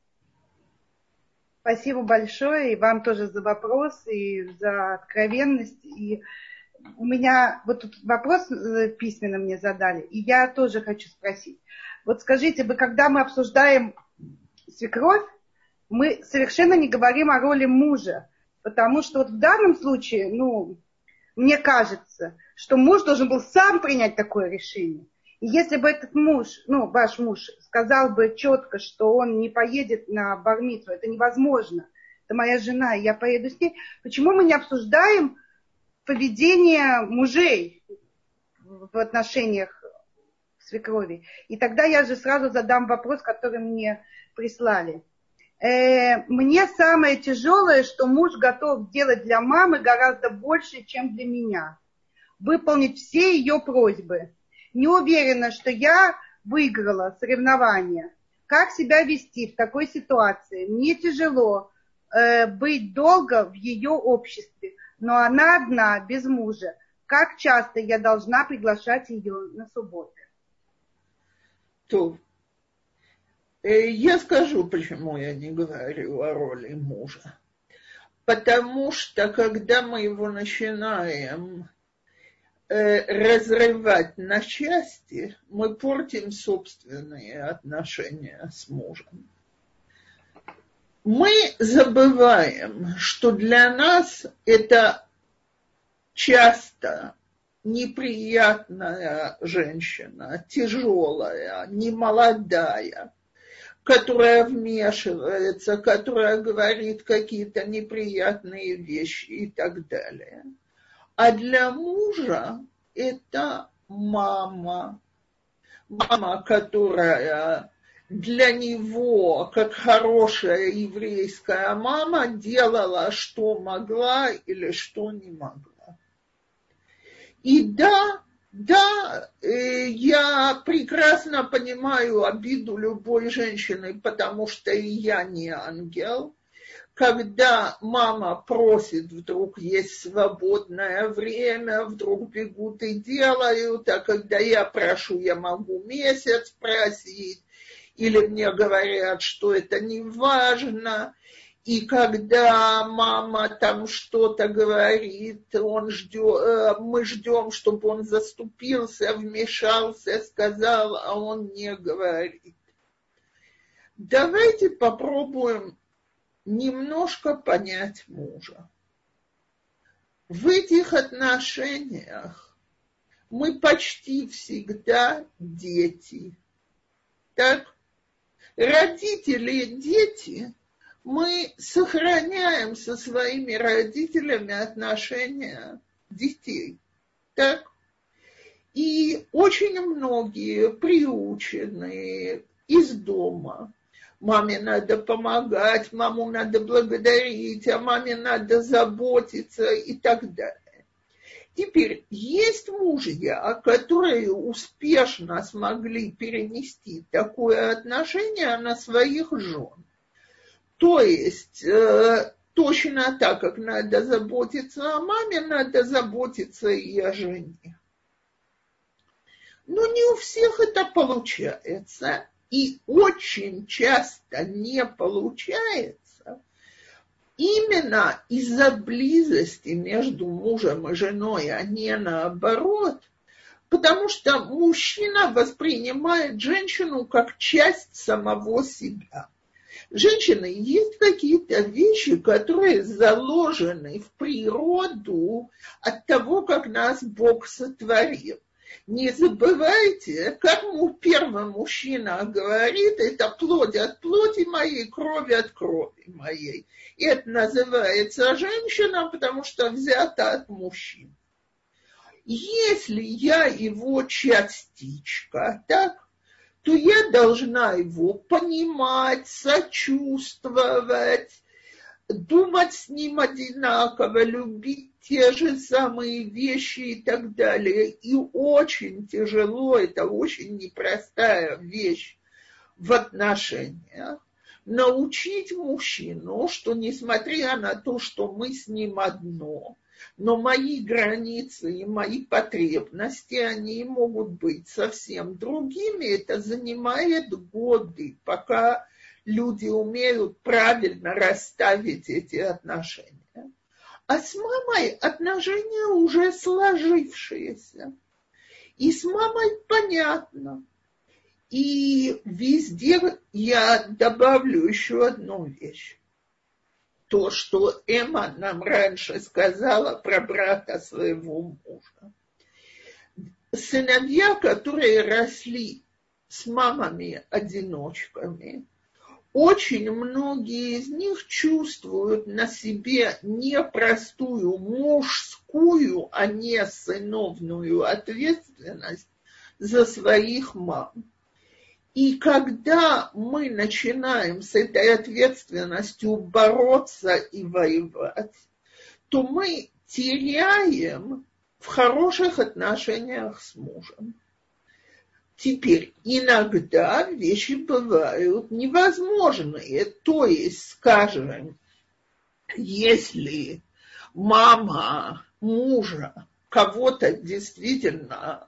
Спасибо большое, и вам тоже за вопрос, и за откровенность. И у меня вот тут вопрос письменно мне задали, и я тоже хочу спросить. Вот скажите, вы, когда мы обсуждаем свекровь, мы совершенно не говорим о роли мужа, потому что вот в данном случае, ну, мне кажется, что муж должен был сам принять такое решение. И если бы этот муж, ну, ваш муж, сказал бы четко, что он не поедет на бар-мицву, это невозможно, это моя жена, и я поеду с ней, почему мы не обсуждаем поведение мужей в отношениях свекрови? И тогда я же сразу задам вопрос, который мне прислали. Э, мне самое тяжелое, что муж готов делать для мамы гораздо больше, чем для меня. Выполнить все ее просьбы. Не уверена, что я выиграла соревнования. Как себя вести в такой ситуации? Мне тяжело э, быть долго в ее обществе, но она одна, без мужа. Как часто я должна приглашать ее на субботы? То. Я скажу, почему я не говорю о роли мужа. Потому что, когда мы его начинаем э, разрывать на части, мы портим собственные отношения с мужем. Мы забываем, что для нас это часто неприятная женщина, тяжелая, немолодая, которая вмешивается, которая говорит какие-то неприятные вещи и так далее. А для мужа это мама. Мама, которая для него, как хорошая еврейская мама, делала, что могла или что не могла. И да, Да, я прекрасно понимаю обиду любой женщины, потому что и я не ангел. Когда мама просит, вдруг есть свободное время, вдруг бегут и делают, а когда я прошу, я могу месяц просить, или мне говорят, что это не важно. И когда мама там что-то говорит, он ждет, мы ждем, чтобы он заступился, вмешался, сказал, а он не говорит. Давайте попробуем немножко понять мужа. В этих отношениях мы почти всегда дети. Так? Родители, дети. Мы сохраняем со своими родителями отношения детей. Так? И очень многие приучены из дома. Маме надо помогать, маму надо благодарить, о маме надо заботиться и так далее. Теперь есть мужья, которые успешно смогли перенести такое отношение на своих жен. То есть, э, точно так, как надо заботиться о маме, надо заботиться и о жене. Но не у всех это получается, и очень часто не получается именно из-за близости между мужем и женой, а не наоборот, потому что мужчина воспринимает женщину как часть самого себя. Женщины, есть какие-то вещи, которые заложены в природу от того, как нас Бог сотворил. Не забывайте, как первый мужчина говорит, это плоть от плоти моей, кровь от крови моей. И это называется женщина, потому что взята от мужчин. Если я его частичка, так, то я должна его понимать, сочувствовать, думать с ним одинаково, любить те же самые вещи и так далее. И очень тяжело, это очень непростая вещь в отношениях, научить мужчину, что несмотря на то, что мы с ним одно, но мои границы и мои потребности, они могут быть совсем другими. Это занимает годы, пока люди умеют правильно расставить эти отношения. А с мамой отношения уже сложившиеся. И с мамой понятно. И везде я добавлю еще одну вещь. То, что Эмма нам раньше сказала про брата своего мужа. сыновья, которые росли с мамами-одиночками, очень многие из них чувствуют на себе непростую мужскую, а не сыновную ответственность за своих мам. И когда мы начинаем с этой ответственностью бороться и воевать, то мы теряем в хороших отношениях с мужем. Теперь, иногда вещи бывают невозможные. То есть, скажем, если мама мужа кого-то действительно,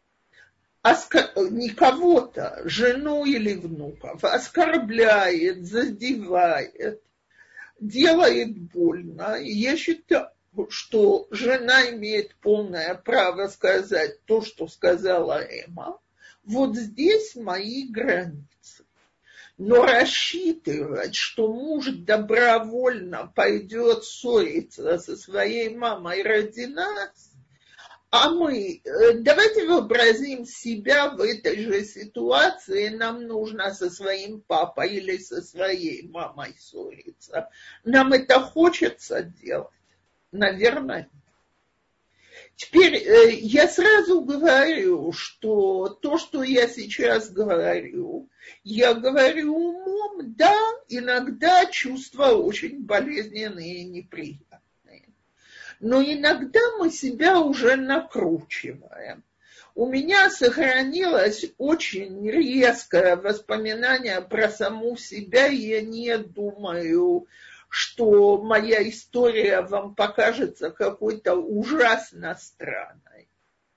не кого-то, жену или внуков, оскорбляет, задевает, делает больно, я считаю, что жена имеет полное право сказать то, что сказала Эмма. Вот здесь мои границы. Но рассчитывать, что муж добровольно пойдет ссориться со своей мамой ради нас, а мы, давайте вообразим себя в этой же ситуации, нам нужно со своим папой или со своей мамой ссориться. Нам это хочется делать? Наверное. Теперь я сразу говорю, что то, что я сейчас говорю, я говорю умом, да, иногда чувства очень болезненные и неприятные. Но иногда мы себя уже накручиваем. У меня сохранилось очень резкое воспоминание про саму себя, и я не думаю, что моя история вам покажется какой-то ужасно странной.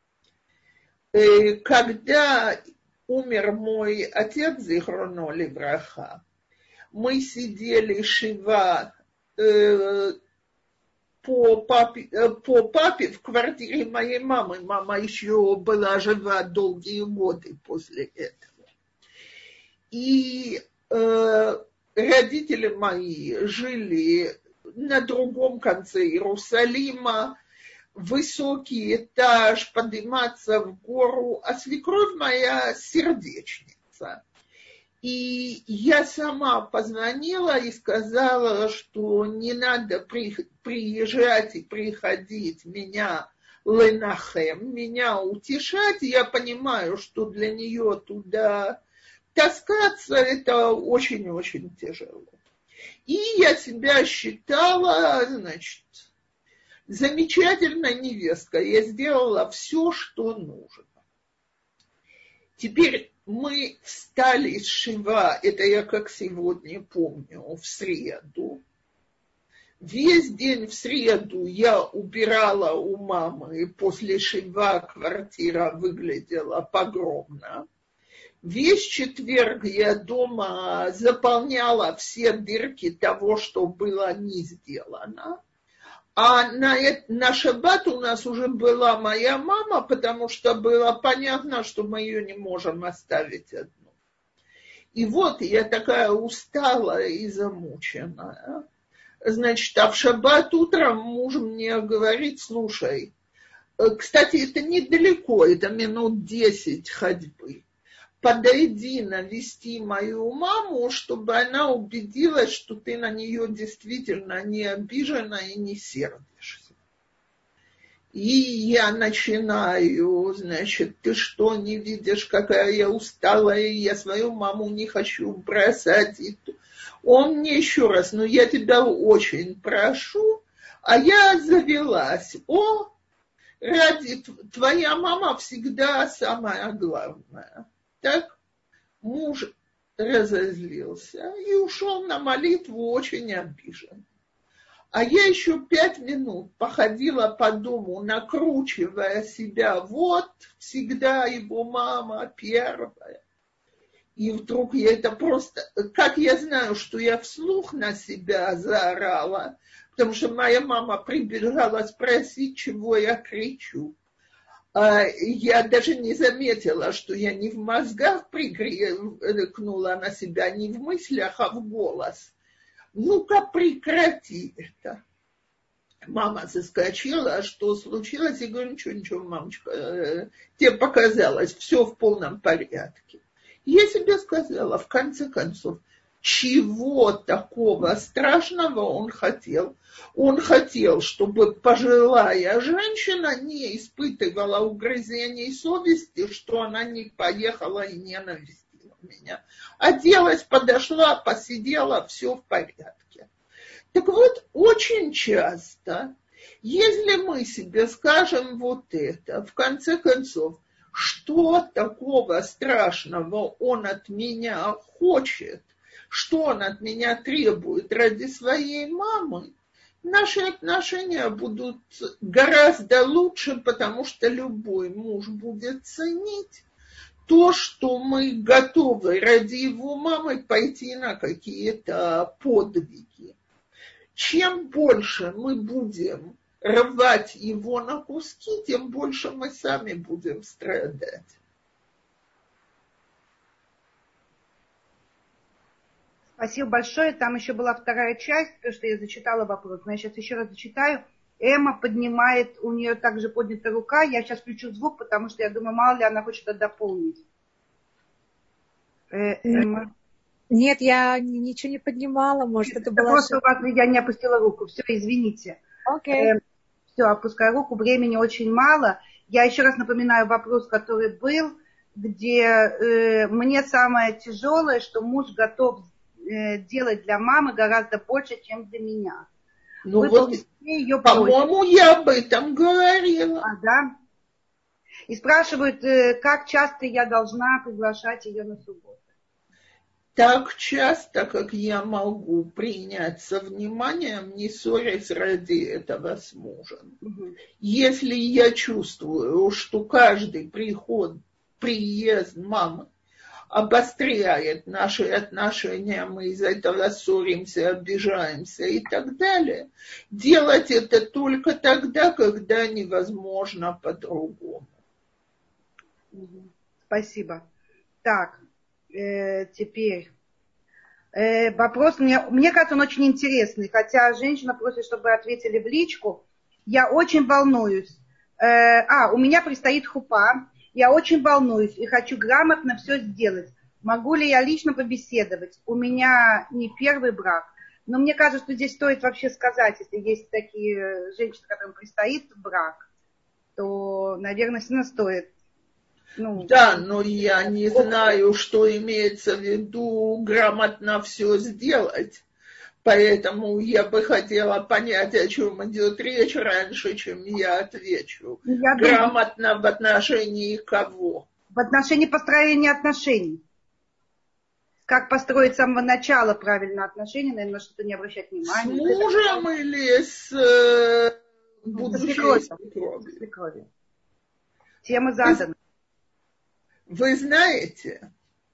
Когда умер мой отец, зихроно левраха, мы сидели шива э, по, папе, по папе в квартире моей мамы. Мама еще была жива долгие годы после этого. И э, родители мои жили на другом конце Иерусалима, высокий этаж, подниматься в гору, а свекровь моя сердечница. И я сама позвонила и сказала, что не надо приезжать и приходить меня ленахем, меня утешать. Я понимаю, что для нее туда таскаться это очень-очень тяжело. И я себя считала, значит, замечательной невесткой. Я сделала все, что нужно. Теперь мы встали с шива, это я как сегодня помню, в среду. Весь день в среду я убирала у мамы, после шива квартира выглядела погромно. Весь четверг я дома заполняла все дырки того, что было не сделано. А на, на шаббат у нас уже была моя мама, потому что было понятно, что мы ее не можем оставить одну. И вот я такая усталая и замученная. Значит, а в шаббат утром муж мне говорит: слушай, кстати, это недалеко, это минут десять ходьбы. Подойди навести мою маму, чтобы она убедилась, что ты на нее действительно не обижена и не сердишься. И я начинаю, значит, ты что, не видишь, какая я усталая, я свою маму не хочу бросать. И он мне еще раз: ну я тебя очень прошу, а я завелась. О, ради твоя мама всегда самая главная. Так муж разозлился и ушел на молитву очень обижен. А я еще пять минут походила по дому, накручивая себя. Вот всегда его мама первая. И вдруг я это просто... Как я знаю, что я вслух на себя заорала, потому что моя мама прибежала спросить, чего я кричу. Я даже не заметила, что я не в мозгах прикрикнула на себя, не в мыслях, а в голос. Ну-ка прекрати это. Мама заскочила, а что случилось? Я говорю, ничего, ничего, мамочка, тебе показалось, все в полном порядке. Я себе сказала, в конце концов, чего такого страшного он хотел? Он хотел, чтобы пожилая женщина не испытывала угрызений совести, что она не поехала и не навестила меня. Оделась, подошла, посидела, все в порядке. Так вот, очень часто, если мы себе скажем вот это, в конце концов, что такого страшного он от меня хочет, что он от меня требует ради своей мамы, наши отношения будут гораздо лучше, потому что любой муж будет ценить то, что мы готовы ради его мамы пойти на какие-то подвиги. Чем больше мы будем рвать его на куски, тем больше мы сами будем страдать. Спасибо большое. Там еще была вторая часть, потому что я зачитала вопрос. Но я сейчас еще раз зачитаю. Эмма поднимает, у нее также поднята рука. Я сейчас включу звук, потому что я думаю, мало ли она хочет это дополнить. Э, Эмма. Нет, я ничего не поднимала, может, это, это было... Просто у вас, я не опустила руку. Все, извините. Окей. Okay. Э, все, опускаю руку. Времени очень мало. Я еще раз напоминаю вопрос, который был, где э, мне самое тяжелое, что муж готов э, делать для мамы гораздо больше, чем для меня. Ну Вы вот, ее по-моему, я об этом говорила. А, да? И спрашивают, э, как часто я должна приглашать ее на субботу. Так часто, как я могу принять со вниманием, не ссорясь ради этого с мужем. Угу. Если я чувствую, что каждый приход, приезд мамы обостряет наши отношения, мы из-за этого ссоримся, обижаемся и так далее, делать это только тогда, когда невозможно по-другому. Угу. Спасибо. Так. Теперь э, вопрос, мне, мне кажется, он очень интересный, хотя женщина просит, чтобы ответили в личку. Я очень волнуюсь. Э, а, у меня предстоит хупа, я очень волнуюсь и хочу грамотно все сделать. Могу ли я лично побеседовать? У меня не первый брак, но мне кажется, что здесь стоит вообще сказать, если есть такие женщины, которым предстоит брак, то, наверное, сильно стоит. Ну, да, но я не знаю, что имеется в виду грамотно все сделать. Поэтому я бы хотела понять, о чем идет речь раньше, чем я отвечу. Я грамотно думаю, в отношении кого? В отношении построения отношений. Как построить с самого начала правильно отношения, наверное, что-то не обращать внимания. С мужем или с э, будущей свекровью? Тема задана. Вы знаете,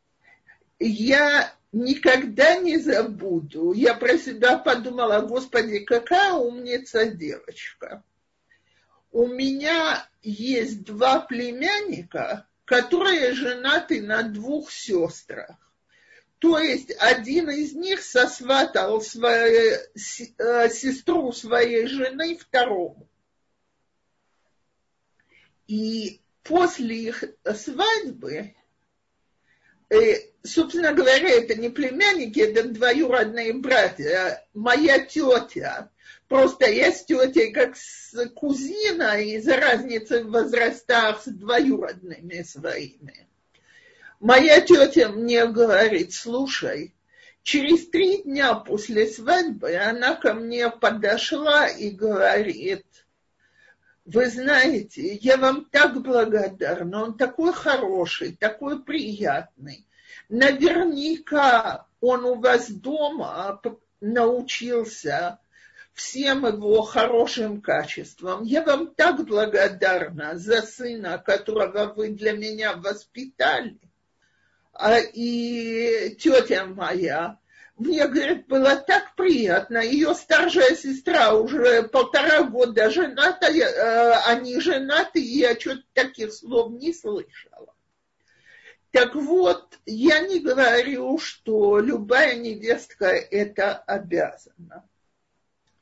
я никогда не забуду, я про себя подумала, Господи, какая умница девочка. У меня есть два племянника, которые женаты на двух сестрах. То есть один из них сосватал свою, сестру своей жены второму. И после их свадьбы, э, собственно говоря, это не племянники, это двоюродные братья. Моя тетя, просто я с тетей как с кузиной из-за разницы в возрастах с двоюродными своими. Моя тетя мне говорит, слушай, через три дня после свадьбы она ко мне подошла и говорит, вы знаете, я вам так благодарна, он такой хороший, такой приятный. Наверняка он у вас дома научился всем его хорошим качествам. Я вам так благодарна за сына, которого вы для меня воспитали. А, и тетя моя, мне, говорит, было так приятно. Ее старшая сестра уже полтора года жената, э, они женаты, и я что-то таких слов не слышала. Так вот, я не говорю, что любая невестка это обязана.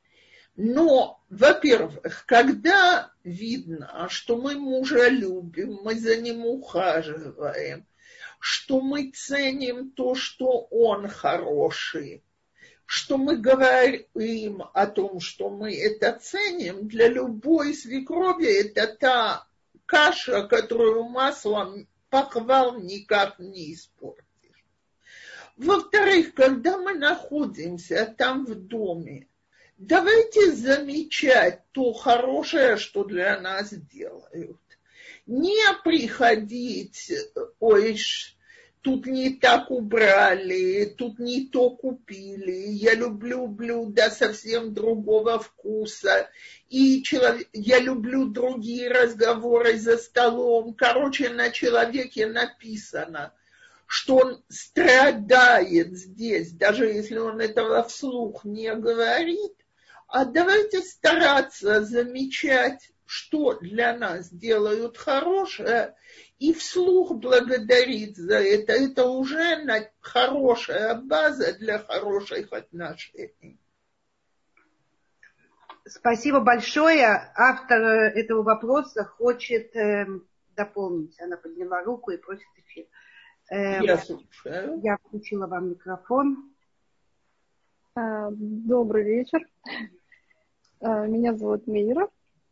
Но, во-первых, когда видно, что мы мужа любим, мы за ним ухаживаем, что мы ценим то, что он хороший, что мы говорим о том, что мы это ценим, для любой свекрови это та каша, которую маслом похвал никак не испортишь. Во-вторых, когда мы находимся там в доме, давайте замечать то хорошее, что для нас делают. Не приходить, ой, тут не так убрали, тут не то купили, я люблю блюда совсем другого вкуса, и человек, я люблю другие разговоры за столом. Короче, на человеке написано, что он страдает здесь, даже если он этого вслух не говорит. А давайте стараться замечать, что для нас делают хорошее, и вслух благодарить за это. Это уже хорошая база для хороших отношений. Спасибо большое. Автор этого вопроса хочет э, дополнить. Она подняла руку и просит эфир. Э, Я слушаю. Я включила вам микрофон. Добрый вечер. Меня зовут Мира.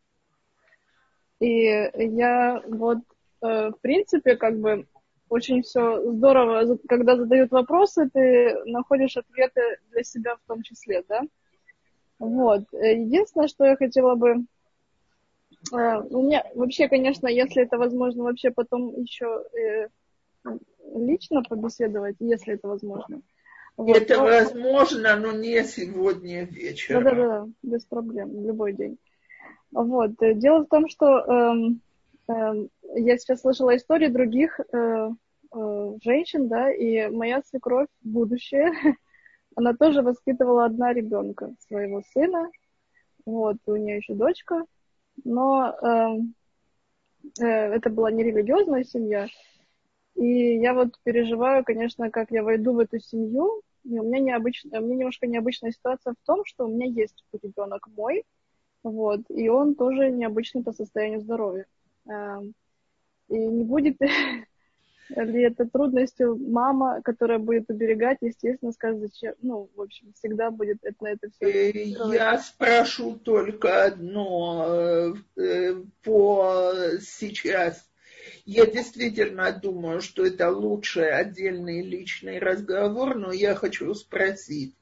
И я вот, в принципе, как бы очень все здорово, когда задают вопросы, ты находишь ответы для себя в том числе, да? Вот. Единственное, что я хотела бы... У меня вообще, конечно, если это возможно, вообще потом еще лично побеседовать, если это возможно. Вот. Это но... возможно, но не сегодня вечером. Да-да-да, без проблем, в любой день. Вот. Дело в том, что эм, эм, я сейчас слышала истории других э, э, женщин, да, и моя свекровь, будущая, она тоже воспитывала одна ребенка, своего сына, вот, у нее еще дочка, но э, э, это была не религиозная семья, и я вот переживаю, конечно, как я войду в эту семью, и у меня необычная, у меня немножко необычная ситуация в том, что у меня есть ребенок мой, вот, и он тоже необычный по состоянию здоровья. И не будет ли это трудностью мама, которая будет уберегать, естественно, скажет, зачем, ну, в общем, всегда будет это, на это все. Я спрошу только одно по сейчас. Я действительно думаю, что это лучший отдельный личный разговор, но я хочу спросить.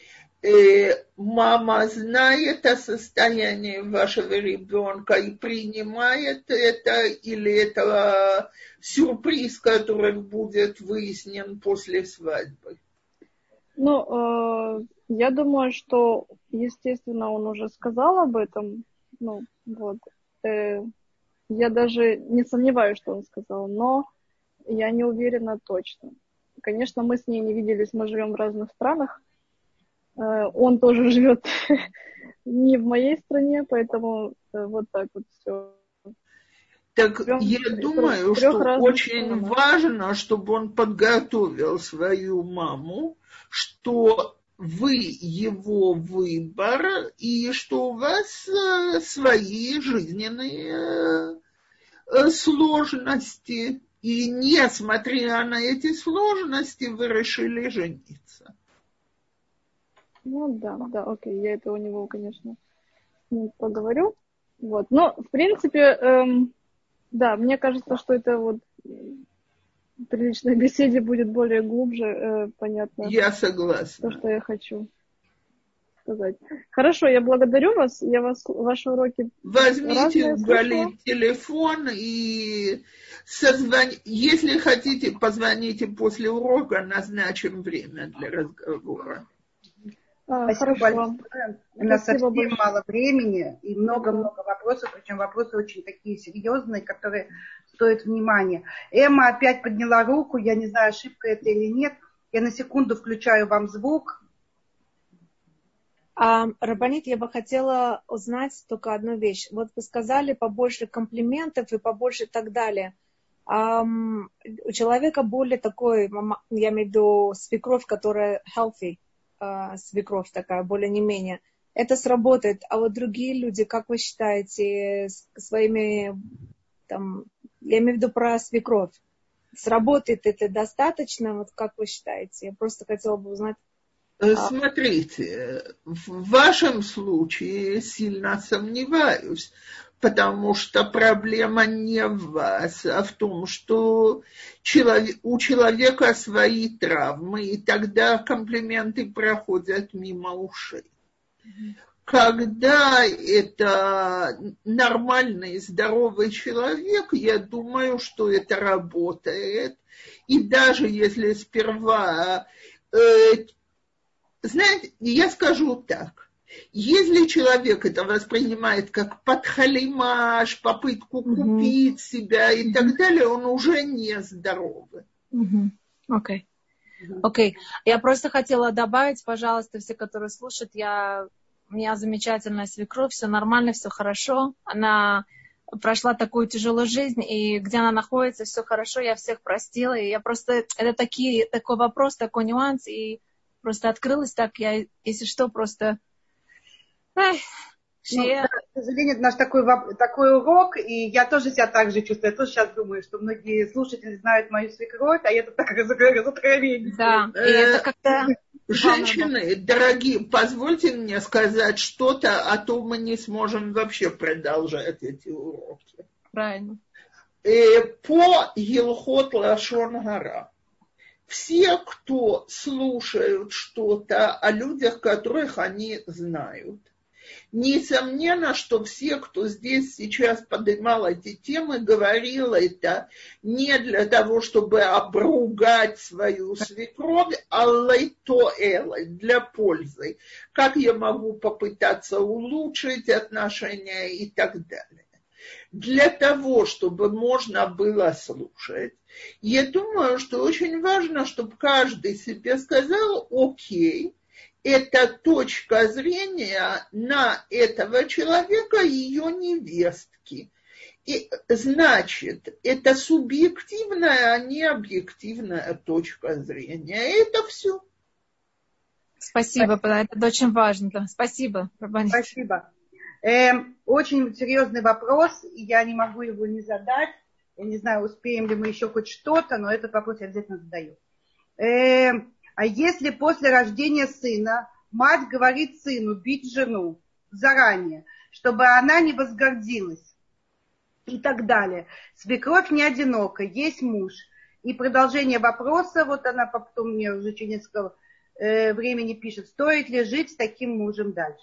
Мама знает о состоянии вашего ребенка и принимает это, или это сюрприз, который будет выяснен после свадьбы? Ну, э, я думаю, что, естественно, он уже сказал об этом. Ну, вот. Э, я даже не сомневаюсь, что он сказал, но я не уверена точно. Конечно, мы с ней не виделись, мы живем в разных странах. Он тоже живет не в моей стране, поэтому вот так вот все. Так я думаю, что очень странах. важно, чтобы он подготовил свою маму, что вы его выбор и что у вас свои жизненные сложности. И несмотря на эти сложности, вы решили жениться. Ну да, да, окей, я это у него, конечно, поговорю. Вот. Но, в принципе, эм, да, мне кажется, что это вот при личной беседе будет более глубже, э, понятно. Я согласна. То, что я хочу сказать. Хорошо, я благодарю вас. Я вас, ваши уроки возьмите в Гали телефон и созвон... если хотите, позвоните после урока, назначим время для разговора. А, Спасибо большое. У нас совсем большое. мало времени и много-много вопросов, причем вопросы очень такие серьезные, которые стоят внимания. Эмма опять подняла руку, я не знаю, ошибка это или нет. Я на секунду включаю вам звук. А, Рабанит, я бы хотела узнать только одну вещь. Вот вы сказали побольше комплиментов и побольше и так далее. А, у человека более такой, я имею в виду свекровь, которая healthy, свекровь такая, более не менее. это сработает. А вот другие люди, как вы считаете, своими, там, я имею в виду про свекровь, сработает это достаточно? Вот как вы считаете? Я просто хотела бы узнать. Смотрите, в вашем случае сильно сомневаюсь, потому что проблема не в вас, а в том, что человек, у человека свои травмы, и тогда комплименты проходят мимо ушей. Когда это нормальный, здоровый человек, я думаю, что это работает. И даже если сперва... Э, знаете, я скажу так. Если человек это воспринимает как подхалимаш, попытку mm-hmm. купить себя и mm-hmm. так далее, он уже не здоровый. Окей. Mm-hmm. Окей. Okay. Okay. Я просто хотела добавить, пожалуйста, все, которые слушают, я... У меня замечательная свекровь, все нормально, все хорошо. Она прошла такую тяжелую жизнь, и где она находится, все хорошо, я всех простила. И я просто... Это такие, такой вопрос, такой нюанс, и просто открылась так. Я, если что, просто... Ай, ну, да, к сожалению, это наш такой, такой урок, и я тоже себя так же чувствую. Я тоже сейчас думаю, что многие слушатели знают мою свекровь, а я тут так разокровенничаю. Да, и это как-то... Женщины, дорогие, позвольте мне сказать что-то, а то мы не сможем вообще продолжать эти уроки. Правильно. По Елхот Лашон Гара все, кто слушают что-то о людях, которых они знают, несомненно, что все, кто здесь сейчас поднимал эти темы, говорил это не для того, чтобы обругать свою свекровь, а для пользы. Как я могу попытаться улучшить отношения и так далее. Для того, чтобы можно было слушать, я думаю, что очень важно, чтобы каждый себе сказал: окей, это точка зрения на этого человека и ее невестки. И, значит, это субъективная, а не объективная точка зрения. И это все. Спасибо, это очень важно. Спасибо, Рабанит. Спасибо. Эм, очень серьезный вопрос, и я не могу его не задать. Я не знаю, успеем ли мы еще хоть что-то, но этот вопрос я обязательно задаю. Эм, А если после рождения сына мать говорит сыну бить жену заранее, чтобы она не возгордилась и так далее. Свекровь не одинока, есть муж. И продолжение вопроса, вот она потом мне уже через несколько э, времени пишет, стоит ли жить с таким мужем дальше?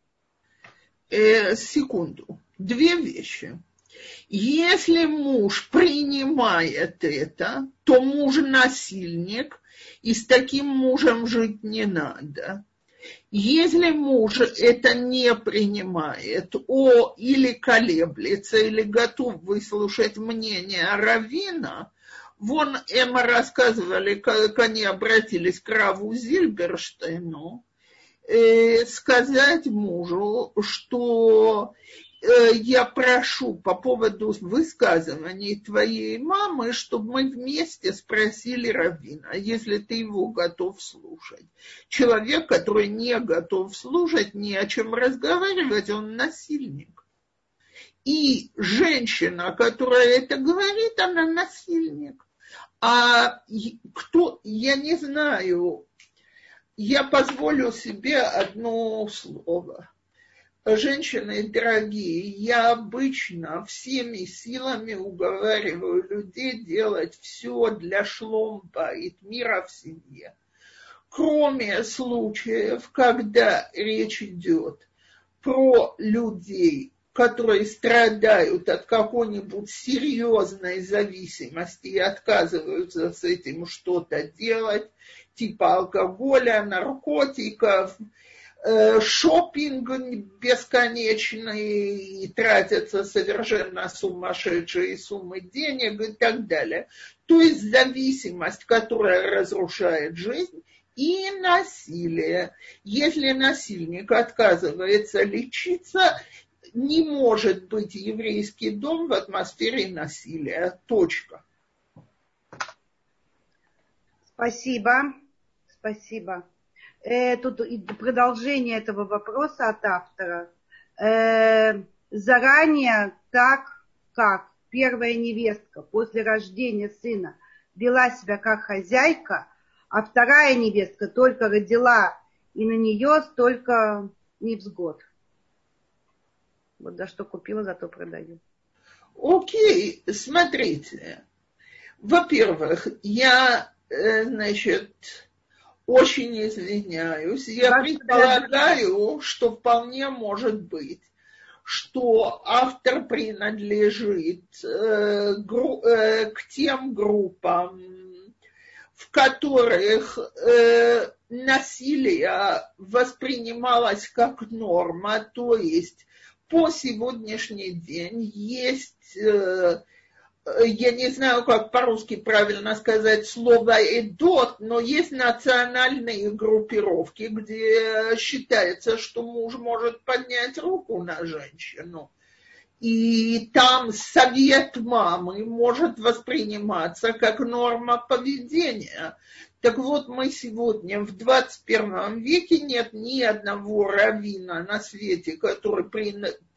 Э, секунду. Две вещи. Если муж принимает это, то муж насильник, и с таким мужем жить не надо. Если муж это не принимает, о, или колеблется, или готов выслушать мнение раввина, вон Эмма рассказывали, как они обратились к раву Зильберштейну, э, сказать мужу, что я прошу по поводу высказываний твоей мамы, чтобы мы вместе спросили раввина, если ты его готов слушать. Человек, который не готов слушать, не о чем разговаривать, он насильник. И женщина, которая это говорит, она насильник. А кто, я не знаю, я позволю себе одно слово. Женщины дорогие, я обычно всеми силами уговариваю людей делать все для шломба и мира в семье. Кроме случаев, когда речь идет про людей, которые страдают от какой-нибудь серьезной зависимости и отказываются с этим что-то делать, типа алкоголя, наркотиков, шопинг бесконечный, и тратятся совершенно сумасшедшие суммы денег и так далее. То есть зависимость, которая разрушает жизнь, и насилие. Если насильник отказывается лечиться, не может быть еврейский дом в атмосфере насилия. Точка. Спасибо. Спасибо. э, тут продолжение этого вопроса от автора. Э, заранее так, как первая невестка после рождения сына вела себя как хозяйка, а вторая невестка только родила, и на нее столько невзгод. Вот за что купила, за то продаю. Окей, смотрите. Во-первых, я, значит, очень извиняюсь. Я Ваш предполагаю, что вполне может быть, что автор принадлежит э, гру, э, к тем группам, в которых э, насилие воспринималось как норма, то есть по сегодняшний день есть, э, я не знаю, как по-русски правильно сказать слово «эдот», но есть национальные группировки, где считается, что муж может поднять руку на женщину. И там совет мамы может восприниматься как норма поведения. Так вот, мы сегодня в двадцать первом веке нет ни одного раввина на свете, который, при...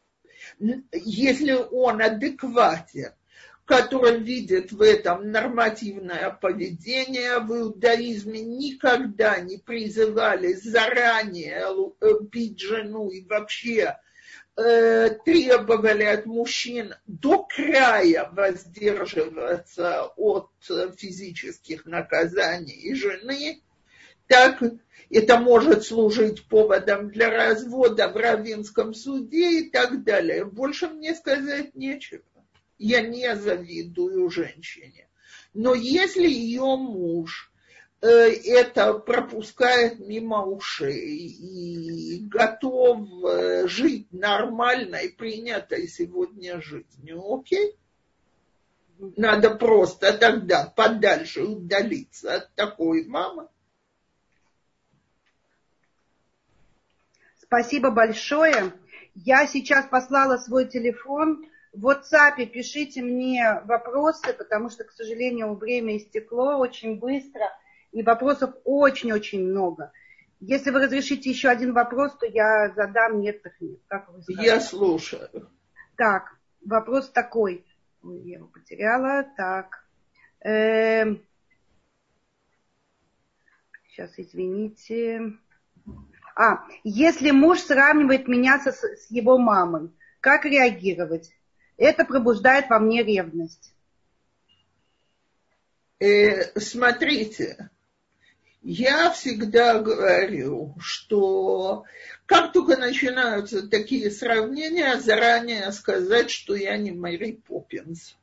если он адекватен, который видит в этом нормативное поведение. В иудаизме никогда не призывали заранее бить жену и вообще э, требовали от мужчин до края воздерживаться от физических наказаний жены. Так это может служить поводом для развода в раввинском суде и так далее. Больше мне сказать нечего. Я не завидую женщине. Но если ее муж э, это пропускает мимо ушей и готов э, жить нормальной, принятой сегодня жизнью, окей? Надо просто тогда подальше удалиться от такой мамы. Спасибо большое. Я сейчас послала свой телефон. В WhatsApp пишите мне вопросы, потому что, к сожалению, время истекло очень быстро, и вопросов очень-очень много. Если вы разрешите еще один вопрос, то я задам, нет, так нет. Как вы скажете? Я слушаю. Так, вопрос такой. Ой, я его потеряла. Так. Эм... Сейчас, извините. А, если муж сравнивает меня со, с его мамой, как реагировать? Это пробуждает во мне ревность. Э, смотрите, я всегда говорю, что как только начинаются такие сравнения, заранее сказать, что я не Мэри Поппинс.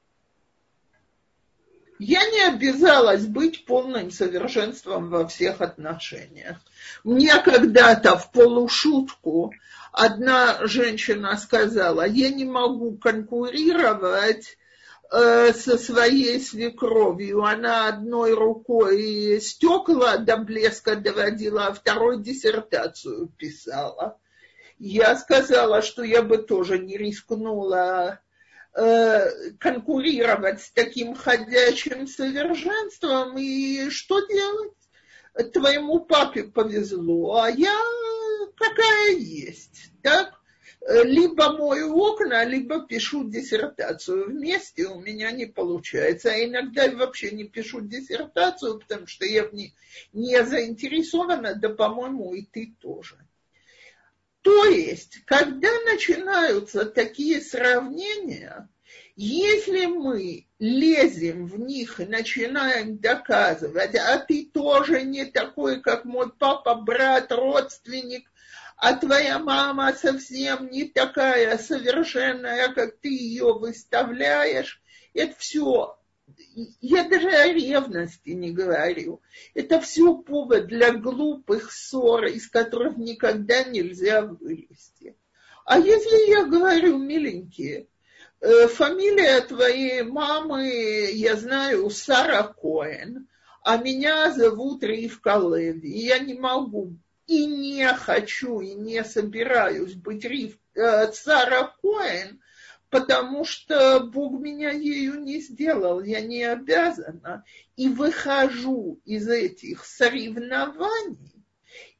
Я не обязалась быть полным совершенством во всех отношениях. Мне когда-то в полушутку одна женщина сказала: я не могу конкурировать э, со своей свекровью. Она одной рукой стекла до блеска доводила, а второй диссертацию писала. Я сказала, что я бы тоже не рискнула конкурировать с таким ходячим совершенством, и что делать? Твоему папе повезло, а я какая есть, так? Либо мою окна, либо пишу диссертацию. Вместе у меня не получается. А иногда я вообще не пишу диссертацию, потому что я в ней не заинтересована, да, по-моему, и ты тоже. То есть, когда начинаются такие сравнения, если мы лезем в них и начинаем доказывать, а ты тоже не такой, как мой папа, брат, родственник, а твоя мама совсем не такая совершенная, как ты ее выставляешь, это все. Я даже о ревности не говорю. Это все повод для глупых ссор, из которых никогда нельзя вылезти. А если я говорю: миленькие, фамилия твоей мамы, я знаю, Сара Коэн, а меня зовут Ривка Леви, и я не могу, и не хочу, и не собираюсь быть Рив, э, Сара Коэн, потому что Бог меня ею не сделал, я не обязана. И выхожу из этих соревнований,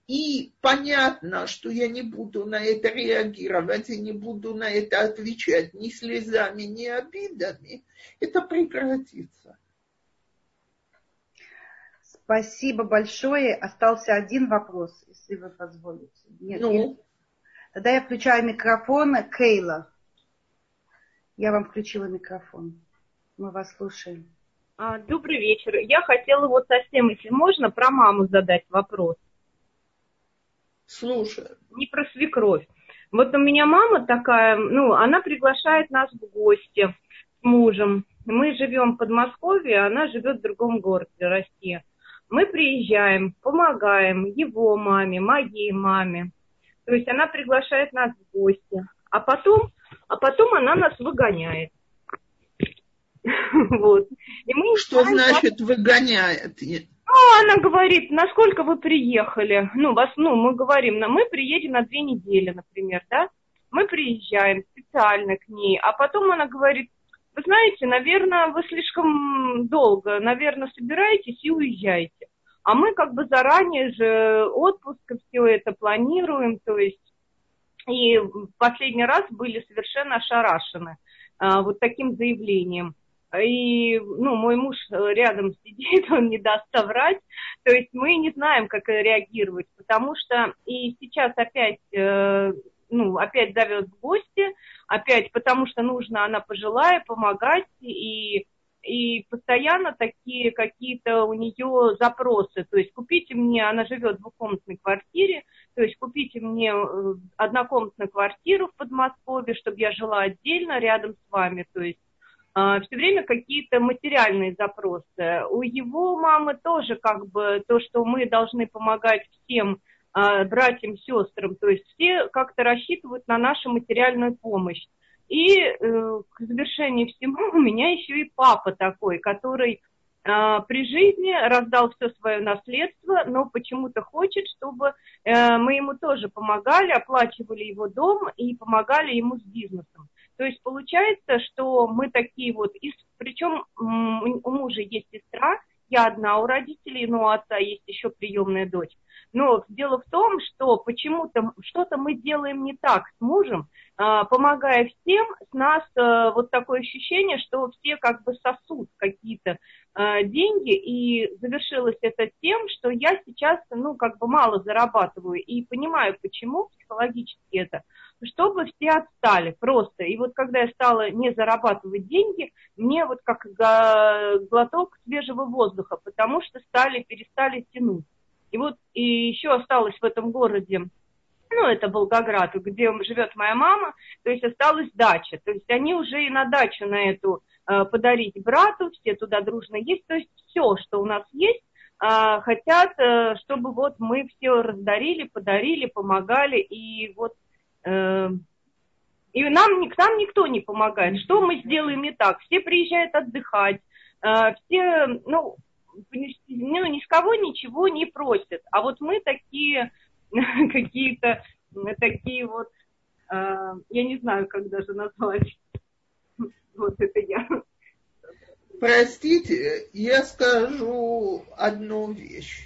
и понятно, что я не буду на это реагировать и не буду на это отвечать ни слезами, ни обидами, это прекратится. Спасибо большое. Остался один вопрос, если вы позволите. Нет, ну? Нет. Тогда я включаю микрофон. Кейла. Я вам включила микрофон. Мы вас слушаем. А, добрый вечер. Я хотела вот совсем, если можно, про маму задать вопрос. Слушаю. Не про свекровь. Вот у меня мама такая, ну, она приглашает нас в гости с мужем. Мы живем в Подмосковье, а она живет в другом городе, Россия. Мы приезжаем, помогаем его маме, моей маме. То есть она приглашает нас в гости. А потом, а потом она нас выгоняет. Вот. И мы что значит как... выгоняет? Ну, она говорит, насколько вы приехали. Ну, вас, ну, мы говорим, мы приедем на две недели, например, да? Мы приезжаем специально к ней. А потом она говорит, вы знаете, наверное, вы слишком долго, наверное, собираетесь и уезжаете. А мы как бы заранее же отпуск, все это планируем, то есть, и в последний раз были совершенно ошарашены а, вот таким заявлением. И, ну, мой муж рядом сидит, он не даст соврать, то есть мы не знаем, как реагировать, потому что и сейчас опять, э, ну, опять зовет в гости, опять потому что нужно, она пожилая, помогать, и, и постоянно такие какие-то у нее запросы, то есть купите мне, она живет в двухкомнатной квартире, то есть купите мне однокомнатную квартиру в Подмосковье, чтобы я жила отдельно рядом с вами, то есть все время какие-то материальные запросы. У его мамы тоже как бы то, что мы должны помогать всем братьям, сестрам, то есть все как-то рассчитывают на нашу материальную помощь. И э, к завершению всего у меня еще и папа такой, который э, при жизни раздал все свое наследство, но почему-то хочет, чтобы э, мы ему тоже помогали, оплачивали его дом и помогали ему с бизнесом. То есть получается, что мы такие вот, причем у мужа есть сестра, я одна у родителей, но у отца есть еще приемная дочь. Но дело в том, что почему-то что-то мы делаем не так с мужем, помогая всем, с нас вот такое ощущение, что все как бы сосут какие-то деньги, и завершилось это тем, что я сейчас, ну, как бы мало зарабатываю, и понимаю, почему психологически это, чтобы все отстали просто. И вот когда я стала не зарабатывать деньги, мне вот как глоток свежего воздуха, потому что стали, перестали тянуть. И вот и еще осталось в этом городе, ну, это Волгоград, где живет моя мама, то есть осталась дача. То есть они уже и на дачу на эту э, подарить брату, все туда дружно есть. То есть все, что у нас есть, э, хотят, э, чтобы вот мы все раздарили, подарили, помогали. И вот э, и нам, к нам никто не помогает. Что мы сделаем не так? Все приезжают отдыхать, э, все, ну... Ну, ни с кого ничего не просят. А вот мы такие, какие-то, такие вот, э, я не знаю, как даже назвать. Вот это я. Простите, я скажу одну вещь.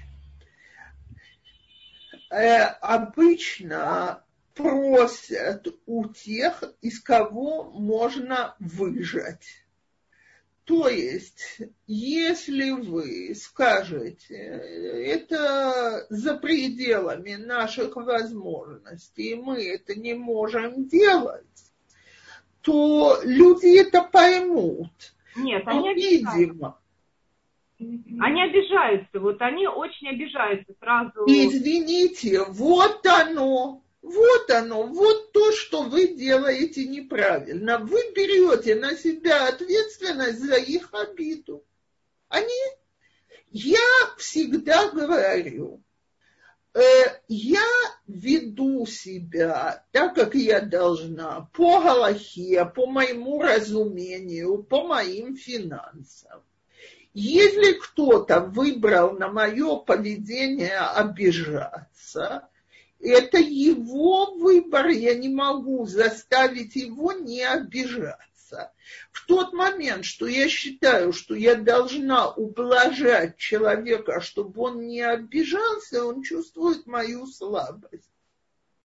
Э, обычно просят у тех, из кого можно выжать. То есть, если вы скажете, это за пределами наших возможностей, мы это не можем делать, то люди это поймут. Нет, они обижаются. Они обижаются, вот они очень обижаются сразу. Извините, вот оно. Вот оно, вот то, что вы делаете неправильно. Вы берете на себя ответственность за их обиду. Они, я всегда говорю, э, я веду себя так, как я должна, по галахе, по моему разумению, по моим финансам. Если кто-то выбрал на мое поведение обижаться, это его выбор, я не могу заставить его не обижаться. обижаться. В тот момент, что я считаю, что я должна ублажать человека, чтобы он не обижался, он чувствует мою слабость.